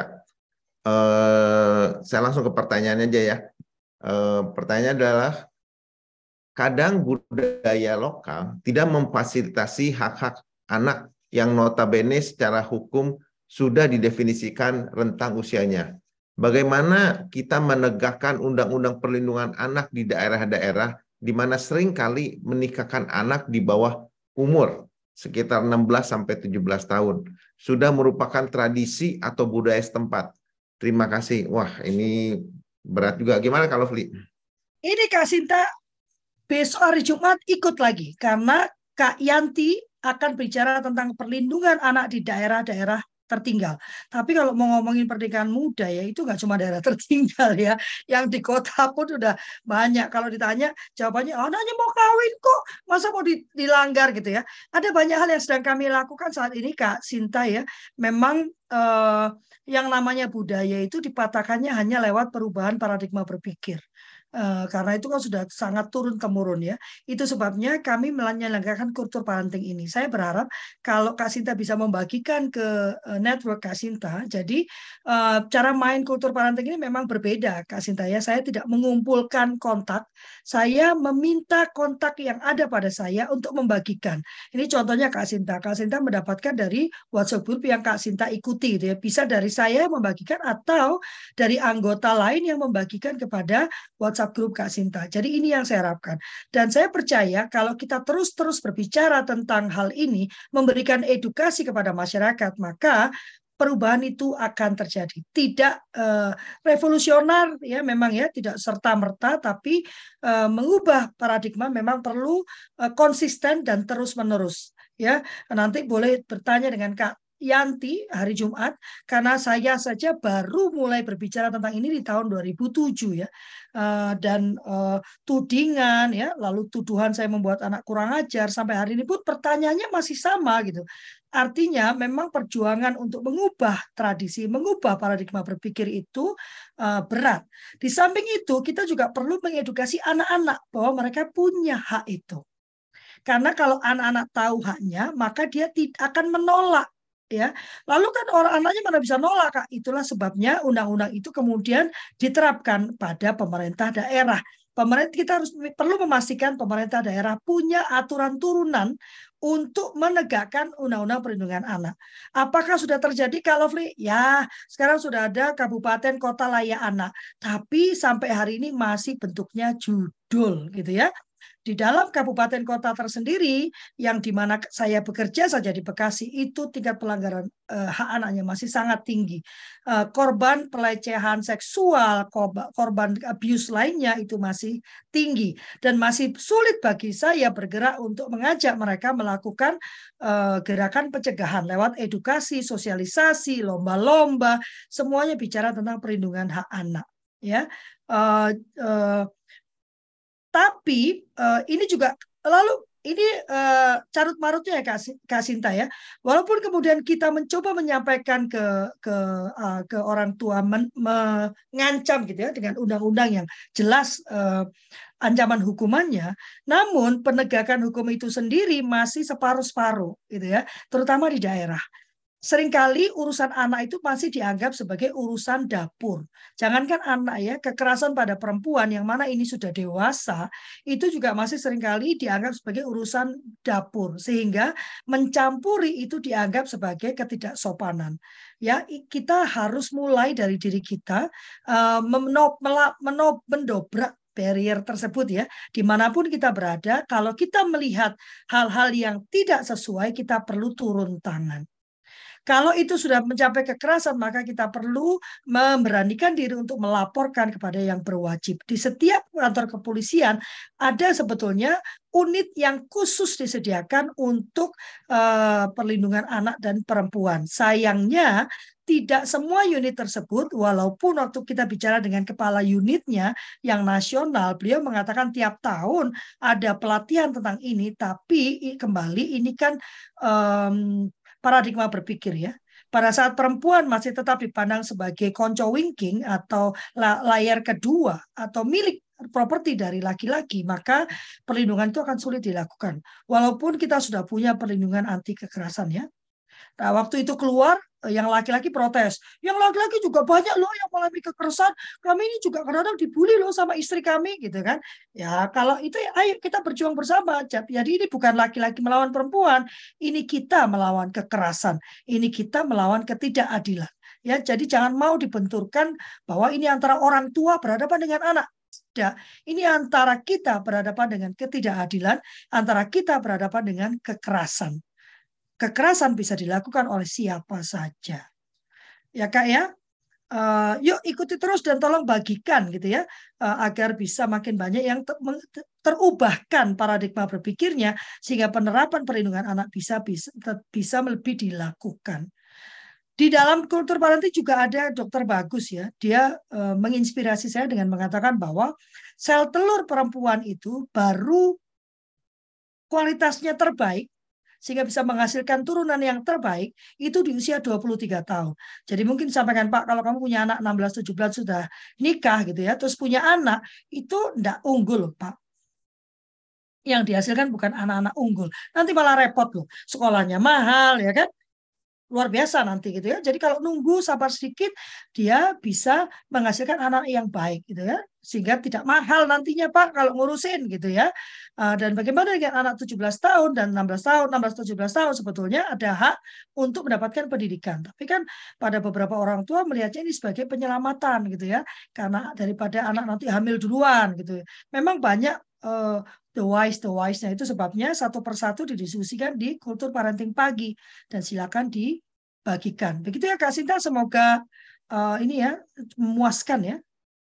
Saya langsung ke pertanyaannya aja ya. Pertanyaannya adalah, kadang budaya lokal tidak memfasilitasi hak-hak anak yang notabene secara hukum sudah didefinisikan rentang usianya. Bagaimana kita menegakkan undang-undang perlindungan anak di daerah-daerah di mana seringkali menikahkan anak di bawah umur sekitar 16-17 tahun sudah merupakan tradisi atau budaya setempat. Terima kasih. Wah, ini berat juga. Gimana kalau Fli? Ini Kak Sinta besok hari Jumat ikut lagi karena Kak Yanti akan bicara tentang perlindungan anak di daerah-daerah tertinggal. Tapi kalau mau ngomongin pernikahan muda ya itu nggak cuma daerah tertinggal ya, yang di kota pun udah banyak. Kalau ditanya jawabannya anaknya mau kawin kok, masa mau dilanggar gitu ya. Ada banyak hal yang sedang kami lakukan saat ini Kak Sinta ya. Memang yang namanya budaya itu dipatahkannya hanya lewat perubahan paradigma berpikir. Karena itu kan sudah sangat turun temurun ya. Itu sebabnya kami menyelenggarakan kultur parenting ini. Saya berharap kalau Kak Sinta bisa membagikan ke network Kak Sinta. Jadi cara main kultur parenting ini memang berbeda Kak Sinta ya. Saya tidak mengumpulkan kontak. Saya meminta kontak yang ada pada saya untuk membagikan. Ini contohnya Kak Sinta. Kak Sinta mendapatkan dari WhatsApp group yang Kak Sinta ikuti. Gitu ya. Bisa dari saya membagikan atau dari anggota lain yang membagikan kepada WhatsApp grup Kak Sinta. Jadi ini yang saya harapkan. Dan saya percaya kalau kita terus-terus berbicara tentang hal ini, memberikan edukasi kepada masyarakat, maka perubahan itu akan terjadi. Tidak revolusioner ya memang ya, tidak serta-merta, tapi mengubah paradigma memang perlu konsisten dan terus-menerus. Ya, nanti boleh bertanya dengan Kak Yanti hari Jumat karena saya saja baru mulai berbicara tentang ini di tahun 2007 ya. Dan tudingan ya, lalu tuduhan saya membuat anak kurang ajar sampai hari ini pun pertanyaannya masih sama gitu. Artinya memang perjuangan untuk mengubah tradisi, mengubah paradigma berpikir itu berat. Di samping itu kita juga perlu mengedukasi anak-anak bahwa mereka punya hak itu. Karena kalau anak-anak tahu haknya, maka dia tidak akan menolak. Ya, lalu kan orang anaknya mana bisa nolak Kak. Itulah sebabnya undang-undang itu kemudian diterapkan pada pemerintah daerah. Pemerintah kita harus perlu memastikan pemerintah daerah punya aturan turunan untuk menegakkan undang-undang perlindungan anak. Apakah sudah terjadi Kak Lovely? Ya, sekarang sudah ada kabupaten kota layak anak. Tapi sampai hari ini masih bentuknya judul gitu ya. Di dalam kabupaten kota tersendiri yang di mana saya bekerja saja di Bekasi itu tingkat pelanggaran hak anaknya masih sangat tinggi. Korban pelecehan seksual, korban abuse lainnya itu masih tinggi dan masih sulit bagi saya bergerak untuk mengajak mereka melakukan gerakan pencegahan lewat edukasi, sosialisasi, lomba-lomba, semuanya bicara tentang perlindungan hak anak. Ya. Tapi ini juga lalu ini carut marutnya ya Kak Sinta ya. Walaupun kemudian kita mencoba menyampaikan ke orang tua mengancam gitu ya dengan undang-undang yang jelas ancaman hukumannya, namun penegakan hukum itu sendiri masih separuh-separuh gitu ya, terutama di daerah. Seringkali urusan anak itu masih dianggap sebagai urusan dapur. Jangankan anak ya, kekerasan pada perempuan yang mana ini sudah dewasa, itu juga masih seringkali dianggap sebagai urusan dapur. Sehingga mencampuri itu dianggap sebagai ketidaksopanan. Ya, kita harus mulai dari diri kita mendobrak barrier tersebut ya. Dimanapun kita berada, kalau kita melihat hal-hal yang tidak sesuai, kita perlu turun tangan. Kalau itu sudah mencapai kekerasan, maka kita perlu memberanikan diri untuk melaporkan kepada yang berwajib. Di setiap kantor kepolisian ada sebetulnya unit yang khusus disediakan untuk perlindungan anak dan perempuan. Sayangnya, tidak semua unit tersebut, walaupun waktu kita bicara dengan kepala unitnya yang nasional, beliau mengatakan tiap tahun ada pelatihan tentang ini, tapi kembali ini kan paradigma berpikir ya. Pada saat perempuan masih tetap dipandang sebagai konco winking atau layar kedua atau milik properti dari laki-laki, maka perlindungan itu akan sulit dilakukan. Walaupun kita sudah punya perlindungan anti kekerasan ya. Nah, waktu itu keluar, yang laki-laki protes. Yang laki-laki juga banyak loh yang mengalami kekerasan. Kami ini juga kadang-kadang dibully loh sama istri kami, gitu kan. Ya, kalau itu, ayo kita berjuang bersama. Jadi ini bukan laki-laki melawan perempuan. Ini kita melawan kekerasan. Ini kita melawan ketidakadilan. Ya, jadi jangan mau dibenturkan bahwa ini antara orang tua berhadapan dengan anak. Tidak. Ini antara kita berhadapan dengan ketidakadilan, antara kita berhadapan dengan kekerasan. Kekerasan bisa dilakukan oleh siapa saja. Ya Kak ya, yuk ikuti terus dan tolong bagikan gitu ya, agar bisa makin banyak yang terubahkan paradigma berpikirnya sehingga penerapan perlindungan anak bisa lebih dilakukan. Di dalam kultur parenting juga ada dokter bagus ya, dia menginspirasi saya dengan mengatakan bahwa sel telur perempuan itu baru kualitasnya terbaik sehingga bisa menghasilkan turunan yang terbaik itu di usia 23 tahun. Jadi mungkin sampaikan Pak, kalau kamu punya anak 16-17 sudah nikah gitu ya, terus punya anak, itu enggak unggul Pak. Yang dihasilkan bukan anak-anak unggul. Nanti malah repot loh. Sekolahnya mahal ya kan? Luar biasa nanti gitu ya. Jadi kalau nunggu sabar sedikit, dia bisa menghasilkan anak yang baik gitu ya. Sehingga tidak mahal nantinya Pak kalau ngurusin gitu ya. Dan bagaimana dengan anak 17 tahun dan 16 tahun, 16-17 tahun sebetulnya ada hak untuk mendapatkan pendidikan. Tapi kan pada beberapa orang tua melihatnya ini sebagai penyelamatan gitu ya. Karena daripada anak nanti hamil duluan gitu ya. Memang banyak the wise-nya itu sebabnya satu persatu didiskusikan di kultur parenting pagi dan silakan dibagikan. Begitu ya Kak Sinta, semoga ini ya memuaskan ya.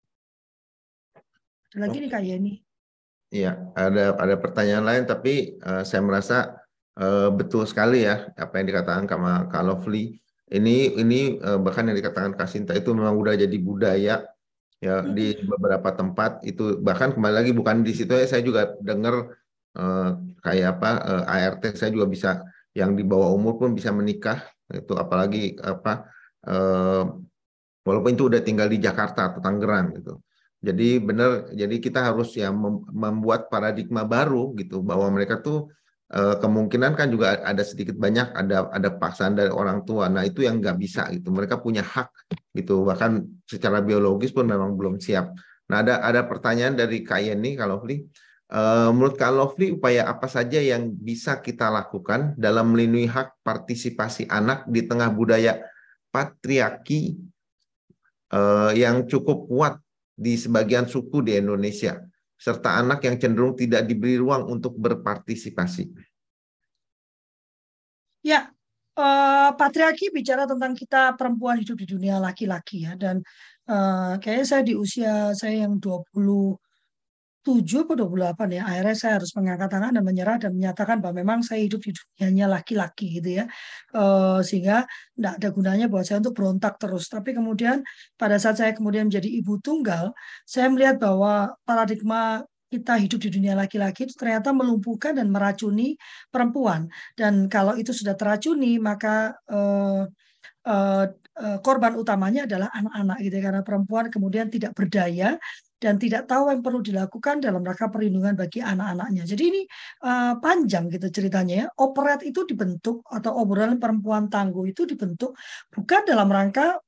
Ada lagi nih Kak Yeni. Iya, ada pertanyaan lain tapi saya merasa betul sekali ya apa yang dikatakan sama Kak Lovely. Ini bahkan yang dikatakan Kak Sinta itu memang udah jadi budaya ya di beberapa tempat itu, bahkan kembali lagi bukan di situ ya, saya juga dengar kayak apa ART saya juga bisa yang di bawah umur pun bisa menikah itu, apalagi apa walaupun itu udah tinggal di Jakarta atau Tangerang gitu. Jadi benar, jadi kita harus ya membuat paradigma baru gitu bahwa mereka tuh kemungkinan kan juga ada sedikit banyak ada paksaan dari orang tua. Nah itu yang nggak bisa gitu. Mereka punya hak gitu. Bahkan secara biologis pun memang belum siap. Nah ada pertanyaan dari Kak Yeni, Kak Lovely. Menurut Kak Lovely, upaya apa saja yang bisa kita lakukan dalam melindungi hak partisipasi anak di tengah budaya patriarki yang cukup kuat di sebagian suku di Indonesia, serta anak yang cenderung tidak diberi ruang untuk berpartisipasi? Ya, patriarki bicara tentang kita perempuan hidup di dunia laki-laki ya, dan kayaknya saya di usia saya yang 27 atau 28 ya, akhirnya saya harus mengangkat tangan dan menyerah dan menyatakan bahwa memang saya hidup di dunianya laki-laki gitu ya, sehingga tidak ada gunanya buat saya untuk berontak terus. Tapi kemudian pada saat saya kemudian menjadi ibu tunggal, saya melihat bahwa paradigma kita hidup di dunia laki-laki itu ternyata melumpuhkan dan meracuni perempuan. Dan kalau itu sudah teracuni, maka korban utamanya adalah anak-anak gitu ya, karena perempuan kemudian tidak berdaya dan tidak tahu yang perlu dilakukan dalam rangka perlindungan bagi anak-anaknya. Jadi ini panjang gitu ceritanya ya. Operet itu dibentuk atau obrolan perempuan tangguh itu dibentuk bukan dalam rangka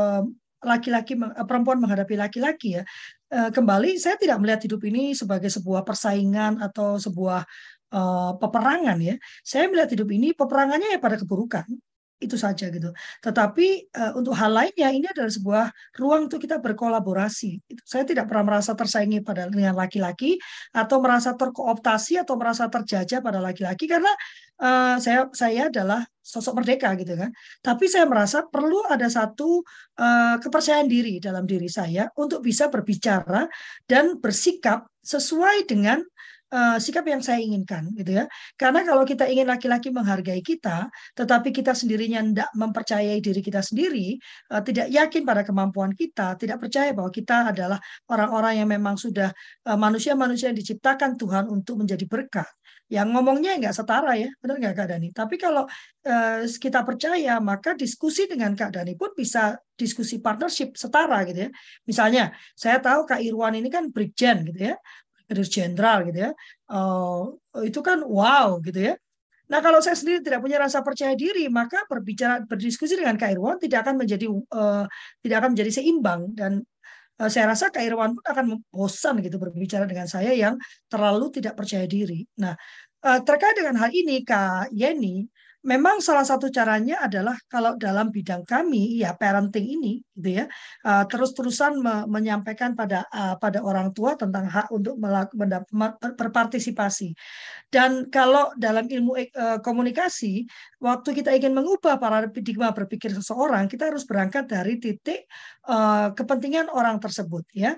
perempuan menghadapi laki-laki ya. Kembali saya tidak melihat hidup ini sebagai sebuah persaingan atau sebuah peperangan ya. Saya melihat hidup ini peperangannya ya pada keburukan. Itu saja gitu. Tetapi untuk hal lainnya ini adalah sebuah ruang untuk kita berkolaborasi. Saya tidak pernah merasa tersaingi dengan laki-laki atau merasa terkooptasi atau merasa terjajah pada laki-laki karena saya adalah sosok merdeka gitu kan. Tapi saya merasa perlu ada satu kepercayaan diri dalam diri saya untuk bisa berbicara dan bersikap sesuai dengan sikap yang saya inginkan gitu ya. Karena kalau kita ingin laki-laki menghargai kita, tetapi kita sendirinya tidak mempercayai diri kita sendiri, tidak yakin pada kemampuan kita, tidak percaya bahwa kita adalah orang-orang yang memang sudah manusia-manusia yang diciptakan Tuhan untuk menjadi berkat. Yang ngomongnya nggak setara ya, benar nggak Kak Dani? Tapi kalau kita percaya, maka diskusi dengan Kak Dani pun bisa diskusi partnership setara gitu ya. Misalnya, saya tahu Kak Irwan ini kan Brigjen gitu ya, jenderal gitu ya, itu kan wow gitu ya. Nah kalau saya sendiri tidak punya rasa percaya diri, maka berdiskusi dengan Kak Irwan tidak akan menjadi seimbang dan saya rasa Kak Irwan pun akan bosan gitu berbicara dengan saya yang terlalu tidak percaya diri. Nah terkait dengan hal ini Kak Yeni, memang salah satu caranya adalah kalau dalam bidang kami ya parenting ini gitu ya, terus-terusan menyampaikan pada orang tua tentang hak untuk berpartisipasi. Dan kalau dalam ilmu komunikasi, waktu kita ingin mengubah paradigma berpikir seseorang, kita harus berangkat dari titik kepentingan orang tersebut ya.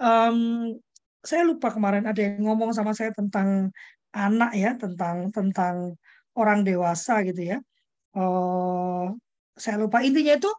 Saya lupa kemarin ada yang ngomong sama saya tentang anak ya, tentang orang dewasa gitu ya. Saya lupa intinya itu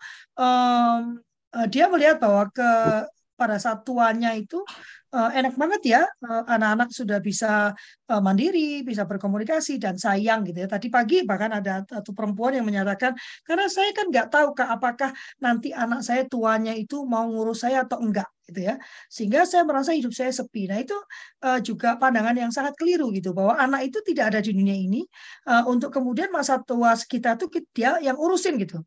dia melihat bahwa pada saat tuanya itu enak banget ya, anak-anak sudah bisa mandiri, bisa berkomunikasi dan sayang gitu ya. Tadi pagi bahkan ada satu perempuan yang menyatakan, karena saya kan nggak tahu Kak, apakah nanti anak saya tuanya itu mau ngurus saya atau enggak gitu ya. Sehingga saya merasa hidup saya sepi. Nah itu juga pandangan yang sangat keliru gitu, bahwa anak itu tidak ada di dunia ini untuk kemudian masa tua kita tuh dia yang urusin gitu.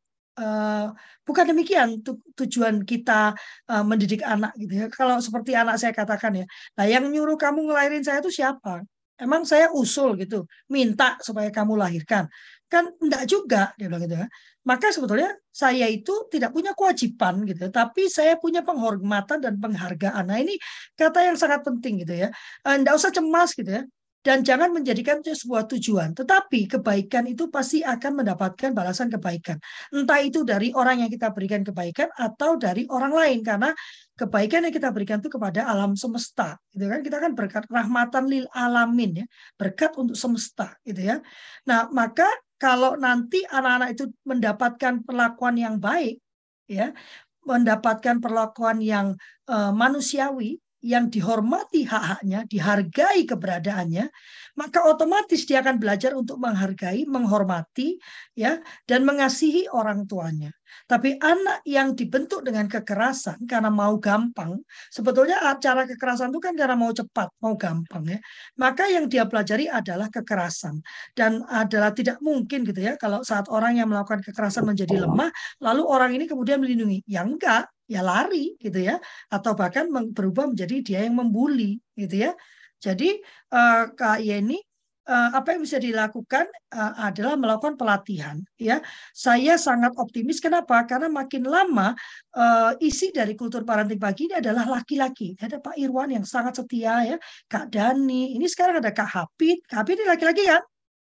Bukan demikian tujuan kita mendidik anak gitu ya. Kalau seperti anak saya katakan ya, nah yang nyuruh kamu ngelahirin saya itu siapa? Emang saya usul gitu, minta supaya kamu lahirkan. Kan enggak juga, dia bilang gitu ya. Maka sebetulnya saya itu tidak punya kewajiban gitu, tapi saya punya penghormatan dan penghargaan. Nah ini kata yang sangat penting gitu ya. Enggak usah cemas gitu ya. Dan jangan menjadikan itu sebuah tujuan. Tetapi kebaikan itu pasti akan mendapatkan balasan kebaikan. Entah itu dari orang yang kita berikan kebaikan atau dari orang lain. Karena kebaikan yang kita berikan itu kepada alam semesta. Gitu kan? Kita kan berkat rahmatan lil alamin ya. Berkat untuk semesta. Gitu ya. Nah maka kalau nanti anak-anak itu mendapatkan perlakuan yang baik, ya, mendapatkan perlakuan yang manusiawi, yang dihormati hak-haknya, dihargai keberadaannya, maka otomatis dia akan belajar untuk menghargai, menghormati, ya, dan mengasihi orang tuanya. Tapi anak yang dibentuk dengan kekerasan karena mau gampang, sebetulnya cara kekerasan itu kan karena mau cepat, mau gampang ya. Maka yang dia pelajari adalah kekerasan dan adalah tidak mungkin gitu ya kalau saat orang yang melakukan kekerasan menjadi lemah, lalu orang ini kemudian melindungi. Ya enggak, ya lari gitu ya, atau bahkan berubah menjadi dia yang membuli gitu ya. Jadi Kak Yeni, apa yang bisa dilakukan adalah melakukan pelatihan ya. Saya sangat optimis, kenapa? Karena makin lama isi dari kultur parenting pagi ini adalah laki-laki. Ada Pak Irwan yang sangat setia ya, Kak Dani, ini sekarang ada Kak Hafid. Kak Hafid ini laki-laki kan?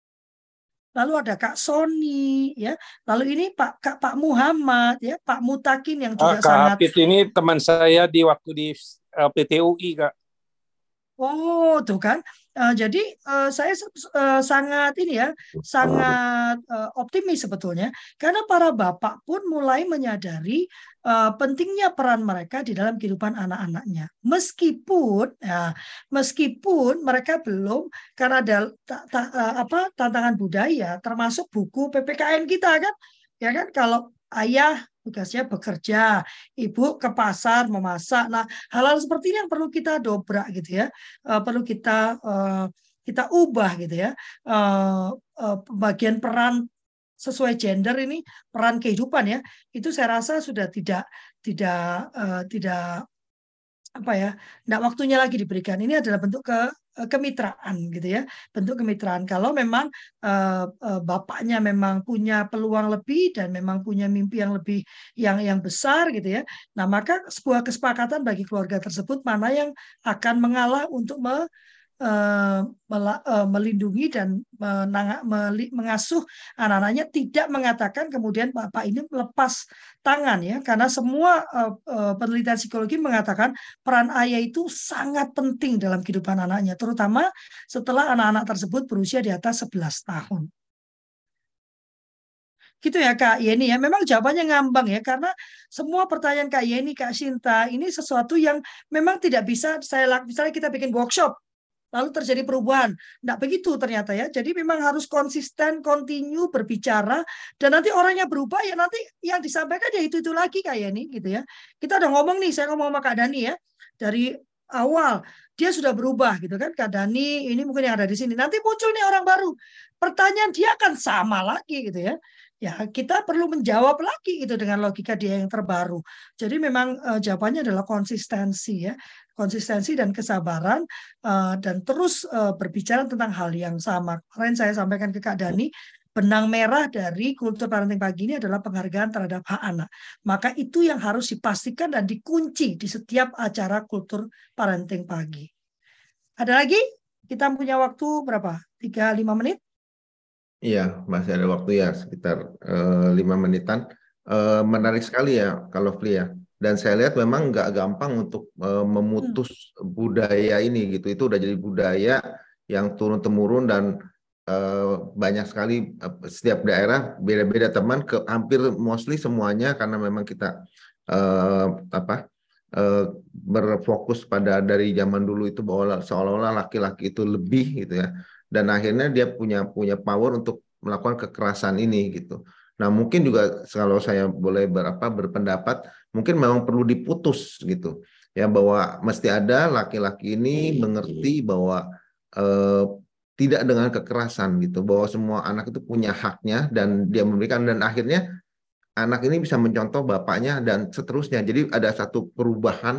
Lalu ada Kak Sony, ya. Lalu ini Pak Muhammad, ya, Pak Mutakin yang juga Kak sangat. Hafid ini teman saya di waktu di PTUI, Kak. Oh, tuh kan. Jadi saya sangat ini ya, sangat optimis sebetulnya karena para bapak pun mulai menyadari pentingnya peran mereka di dalam kehidupan anak-anaknya. Meskipun mereka belum karena ada tantangan budaya termasuk buku PPKN kita kan. Ya kan kalau ayah tugasnya bekerja, ibu ke pasar memasak. Nah, hal-hal seperti ini yang perlu kita dobrak gitu ya, perlu kita ubah gitu ya. Pembagian peran sesuai gender ini, peran kehidupan ya, itu saya rasa sudah tidak apa ya, tidak waktunya lagi diberikan. Ini adalah bentuk kemitraan gitu ya, bentuk kemitraan. Kalau memang bapaknya memang punya peluang lebih dan memang punya mimpi yang lebih yang besar gitu ya. Nah, maka sebuah kesepakatan bagi keluarga tersebut mana yang akan mengalah untuk melindungi dan mengasuh anak-anaknya, tidak mengatakan kemudian bapak ini melepas tangan ya, karena semua penelitian psikologi mengatakan peran ayah itu sangat penting dalam kehidupan anaknya, terutama setelah anak-anak tersebut berusia di atas 11 tahun. Gitu ya Kak Yeni ya. Memang jawabannya ngambang ya, karena semua pertanyaan Kak Yeni, Kak Sinta ini sesuatu yang memang tidak bisa saya lakukan. Misalnya kita bikin workshop, lalu terjadi perubahan. Tidak begitu ternyata ya. Jadi memang harus konsisten, continue berbicara, dan nanti orangnya berubah ya, nanti yang disampaikan ya itu lagi kayak ini gitu ya. Kita udah ngomong nih, saya ngomong sama Kak Dani ya, dari awal dia sudah berubah gitu kan. Kak Dani ini mungkin yang ada di sini. Nanti muncul nih orang baru. Pertanyaan dia akan sama lagi gitu ya. Ya, kita perlu menjawab lagi itu dengan logika dia yang terbaru. Jadi memang jawabannya adalah konsistensi ya, konsistensi dan kesabaran, dan terus berbicara tentang hal yang sama. Kemarin saya sampaikan ke Kak Dani, benang merah dari kultur parenting pagi ini adalah penghargaan terhadap hak anak. Maka itu yang harus dipastikan dan dikunci di setiap acara kultur parenting pagi. Ada lagi? Kita punya waktu berapa? 3-5 menit? Iya, masih ada waktu ya sekitar 5 menitan. Menarik sekali ya kalau Fli ya. Dan saya lihat memang nggak gampang untuk memutus budaya ini gitu. Itu udah jadi budaya yang turun temurun dan banyak sekali setiap daerah beda-beda teman ke hampir mostly semuanya karena memang kita eh, apa berfokus pada dari zaman dulu itu bahwa seolah-olah laki-laki itu lebih gitu ya, dan akhirnya dia punya power untuk melakukan kekerasan ini gitu. Nah, mungkin juga kalau saya boleh berpendapat, mungkin memang perlu diputus gitu ya, bahwa mesti ada laki-laki ini mengerti bahwa eh, tidak dengan kekerasan gitu, bahwa semua anak itu punya haknya dan dia memberikan, dan akhirnya anak ini bisa mencontoh bapaknya dan seterusnya. Jadi ada satu perubahan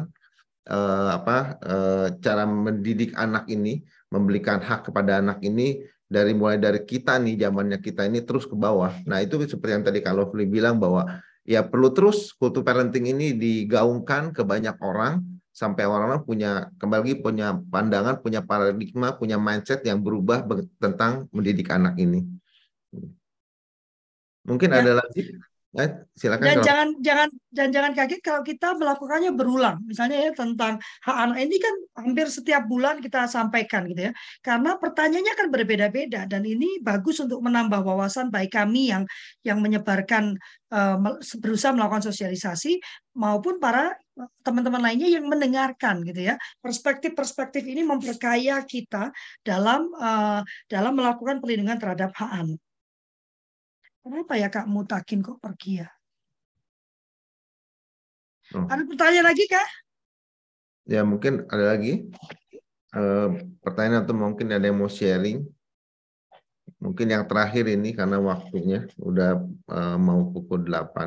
cara mendidik anak ini, memberikan hak kepada anak ini dari mulai dari kita nih, zamannya kita ini terus ke bawah. Nah, itu seperti yang tadi kalau Fli bilang bahwa ya perlu terus kultur parenting ini digaungkan ke banyak orang sampai orang-orang punya kembali lagi punya pandangan, punya paradigma, punya mindset yang berubah tentang mendidik anak ini. Mungkin Ya. ada lagi? Silakan Dan kalau. jangan kaget kalau kita melakukannya berulang. Misalnya ya tentang hak anak ini kan hampir setiap bulan kita sampaikan gitu ya. Karena pertanyaannya kan berbeda-beda dan ini bagus untuk menambah wawasan baik kami yang menyebarkan, berusaha melakukan sosialisasi, maupun para teman-teman lainnya yang mendengarkan gitu ya. Perspektif-perspektif ini memperkaya kita dalam melakukan perlindungan terhadap hak anak. Kenapa ya Kak Mutakin kok pergi ya? Ada pertanyaan lagi Kak? Ya, mungkin ada lagi pertanyaan atau mungkin ada yang mau sharing. Mungkin yang terakhir ini karena waktunya udah mau pukul 8.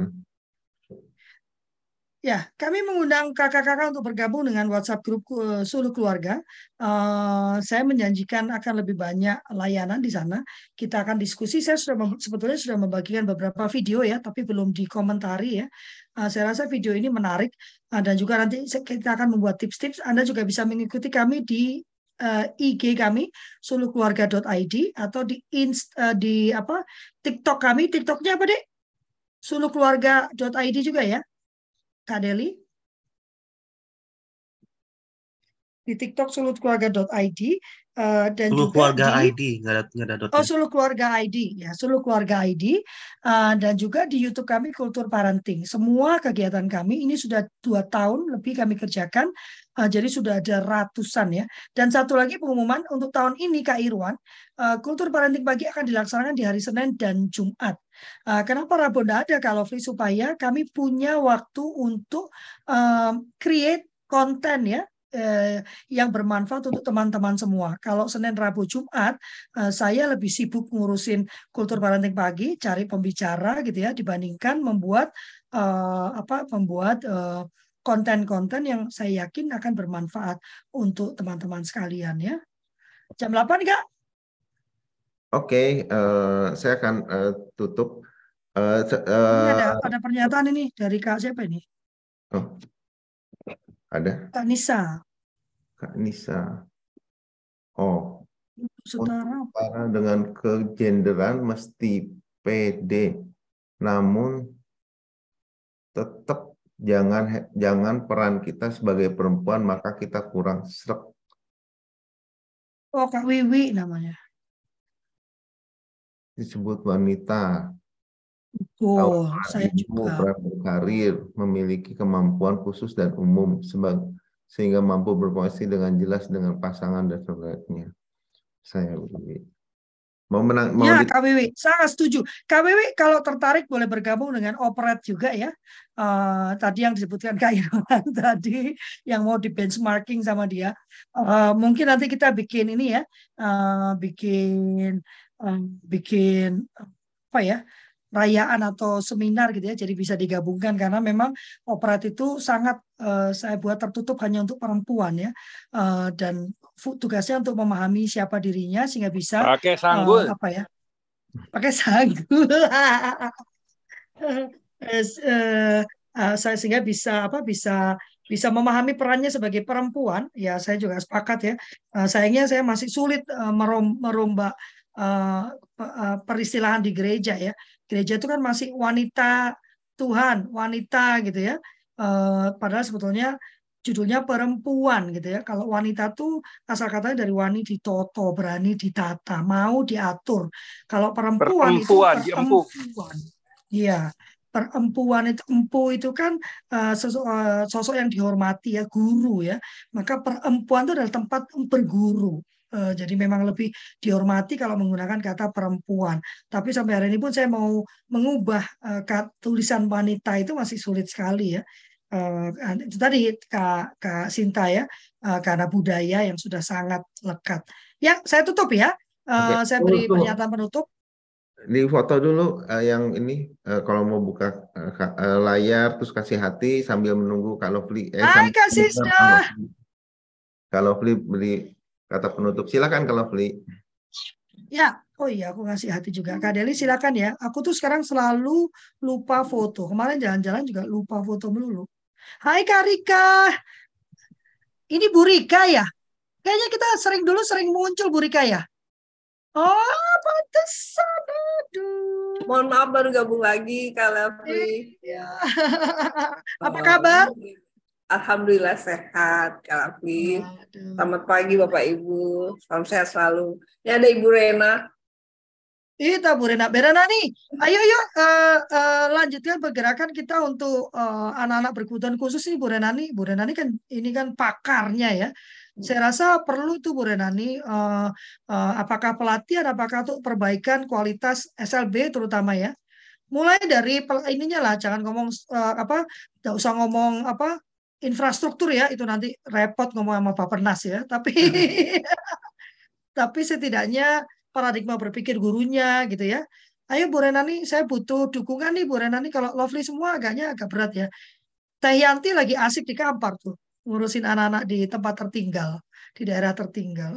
Ya, kami mengundang kakak-kakak untuk bergabung dengan WhatsApp grup Suluh Keluarga. Saya menjanjikan akan lebih banyak layanan di sana. Kita akan diskusi. Saya sebetulnya sudah membagikan beberapa video ya, tapi belum dikomentari ya. Saya rasa video ini menarik, dan juga nanti kita akan membuat tips-tips. Anda juga bisa mengikuti kami di IG kami suluhkeluarga.id atau di TikTok kami. TikToknya apa dek? Suluhkeluarga.id juga ya, Kak Deli. di TikTok sulutkeluarga.id, dan Suluh juga Keluarga di ID, nggak ada Oh, dotnya. Suluh Keluarga ID ya, Suluh Keluarga ID, dan juga di YouTube kami Kultur Parenting. Semua kegiatan kami ini sudah 2 tahun lebih kami kerjakan, jadi sudah ada ratusan ya. Dan satu lagi pengumuman untuk tahun ini Kak Irwan, Kultur Parenting pagi akan dilaksanakan di hari Senin dan Jumat. Kenapa Rabu tidak ada Kak Lovely? Supaya kami punya waktu untuk create konten ya, yang bermanfaat untuk teman-teman semua. Kalau Senin, Rabu, Jumat, saya lebih sibuk ngurusin kultur parenting pagi, cari pembicara gitu ya, dibandingkan membuat konten-konten yang saya yakin akan bermanfaat untuk teman-teman sekalian ya. Jam 8 Kak? Oke, saya akan tutup. Ini ada pernyataan ini dari Kak siapa ini? Oh, ada Kak Nisa. Kak Nisa. Oh, Setara. setara dengan kegenderan mesti pede, namun tetap jangan peran kita sebagai perempuan maka kita kurang srek. Oh, Kak Wiwi namanya. Disebut wanita. Oh, saya Ibu juga. peran berkarir, memiliki kemampuan khusus dan umum sehingga mampu berkomunikasi dengan jelas dengan pasangan dan saudaranya. Saya mau Ya, Kak Wiwi, sangat setuju. Kak Wiwi, kalau tertarik boleh bergabung dengan Operet juga ya. Tadi yang disebutkan Kak Irwan tadi, yang mau di benchmarking sama dia. Mungkin nanti kita bikin ini ya, bikin apa ya, rayaan atau seminar gitu ya, jadi bisa digabungkan karena memang Operet itu sangat saya buat tertutup hanya untuk perempuan ya, dan tugasnya untuk memahami siapa dirinya sehingga bisa Pakai sanggul. apa ya, pakai sanggul. Saya sehingga bisa bisa memahami perannya sebagai perempuan ya, saya juga sepakat ya. Sayangnya saya masih sulit merombak peristilahan di gereja ya. Gereja itu kan masih wanita Tuhan, wanita gitu ya. Padahal sebetulnya judulnya perempuan gitu ya. Kalau wanita tuh asal katanya dari wani ditoto, berani ditata, mau diatur. Kalau perempuan itu diempuk. perempuan. Iya, perempuan itu empu itu kan sosok yang dihormati ya, guru ya. Maka perempuan itu adalah tempat berguru. Jadi memang lebih dihormati kalau menggunakan kata perempuan. Tapi sampai hari ini pun saya mau mengubah tulisan wanita itu masih sulit sekali ya. Itu tadi Kak Sinta ya, karena budaya yang sudah sangat lekat. Ya, saya tutup ya. Saya beri pernyataan penutup. Di foto dulu yang ini kalau mau buka layar terus kasih hati sambil menunggu Kak Lovely. Hai Kak Sisda. Kak Lovely beri kata penutup. Silakan Kak Lovely. Ya, oh iya aku ngasih hati juga. Kak Deli silakan ya. Aku tuh sekarang selalu lupa foto. Kemarin jalan-jalan juga lupa foto melulu. Hai Kak Rika. Ini Bu Rika ya? Kayaknya kita sering muncul Bu Rika ya? Oh, pantesan. Aduh. Mohon maaf baru gabung lagi Kak Lovely. Iya. Apa kabar? Alhamdulillah sehat Kak Lovely. Selamat pagi Bapak Ibu. Salam sehat selalu. Ini ada Ibu Rena. Itu Bu Rena. Berena nih. Ayo yuk lanjutkan pergerakan kita untuk anak-anak berkebutuhan khusus nih Bu Rena nih. Bu Rena nih kan ini kan pakarnya ya. Saya rasa perlu tuh Bu Renani, apakah pelatihan, apakah untuk perbaikan kualitas SLB terutama ya. Mulai dari ininya lah, jangan ngomong nggak usah ngomong infrastruktur ya, itu nanti repot ngomong sama Bappenas ya. Tapi setidaknya paradigma berpikir gurunya gitu ya. Ayo Bu Renani, saya butuh dukungan nih Bu Renani. Kalau Lovely semua agak berat ya. Teh Yanti lagi asik di Kampar tuh, ngurusin anak-anak di tempat tertinggal, di daerah tertinggal.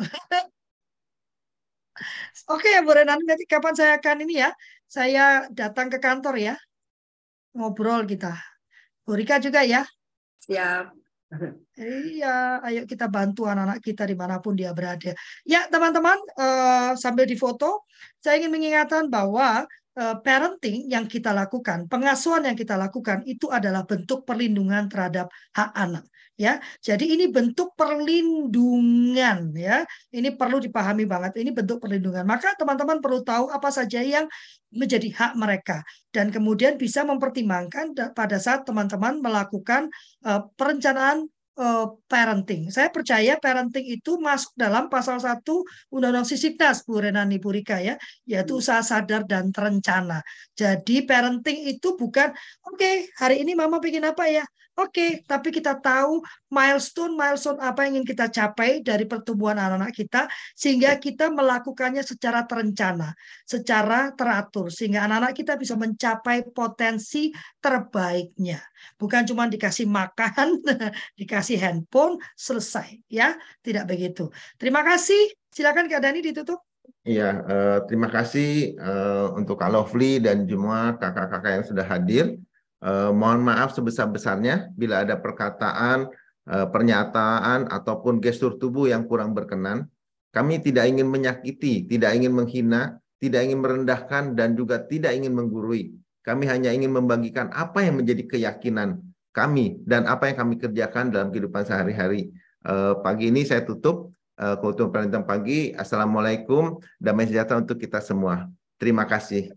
Oke ya Bu Renani, nanti kapan saya akan ini ya, saya datang ke kantor ya, ngobrol kita. Bu Rika juga ya. Siap. Iya, ayo kita bantu anak-anak kita dimanapun dia berada. Ya teman-teman, sambil difoto, saya ingin mengingatkan bahwa parenting yang kita lakukan, pengasuhan yang kita lakukan itu adalah bentuk perlindungan terhadap hak anak. ya. Jadi ini bentuk perlindungan ya. Ini perlu dipahami banget. Ini bentuk perlindungan. Maka teman-teman perlu tahu apa saja yang menjadi hak mereka dan kemudian bisa mempertimbangkan pada saat teman-teman melakukan perencanaan parenting. Saya percaya parenting itu masuk dalam pasal 1 Undang-Undang Sisiknas, Bu Renani, Bu Rika ya, yaitu usaha sadar dan terencana. Jadi parenting itu bukan, oke, hari ini mama pengen apa ya? Oke, tapi kita tahu milestone apa yang ingin kita capai dari pertumbuhan anak-anak kita, sehingga kita melakukannya secara terencana, secara teratur, sehingga anak-anak kita bisa mencapai potensi terbaiknya. Bukan cuma dikasih makan, dikasih handphone, selesai. Ya, tidak begitu. Terima kasih. Silakan Kak Dani ditutup. Iya, terima kasih untuk Kak Lovely dan semua kakak-kakak yang sudah hadir. Mohon maaf sebesar-besarnya bila ada perkataan, pernyataan, ataupun gestur tubuh yang kurang berkenan. Kami tidak ingin menyakiti, tidak ingin menghina, tidak ingin merendahkan, dan juga tidak ingin menggurui. Kami hanya ingin membagikan apa yang menjadi keyakinan kami dan apa yang kami kerjakan dalam kehidupan sehari-hari. Pagi ini saya tutup. Kultur Parenting Pagi. Assalamualaikum, damai sejahtera untuk kita semua. Terima kasih.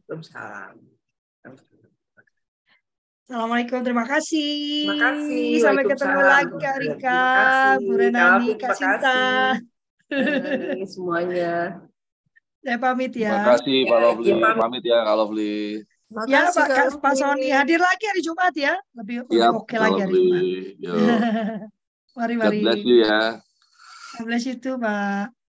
Assalamualaikum, terima kasih. Terima kasih. Sampai ketemu lagi Kak Rika, Bu Renani, Kak Sinta. Semuanya. Saya pamit ya. Terima kasih Pak Lovely. Pamit ya Kak Lovely. Ya Pak Sony hadir lagi hari Jumat ya. Lebih oke lagi hari Jumat. Mari. God bless you ya. God bless you too, Pak.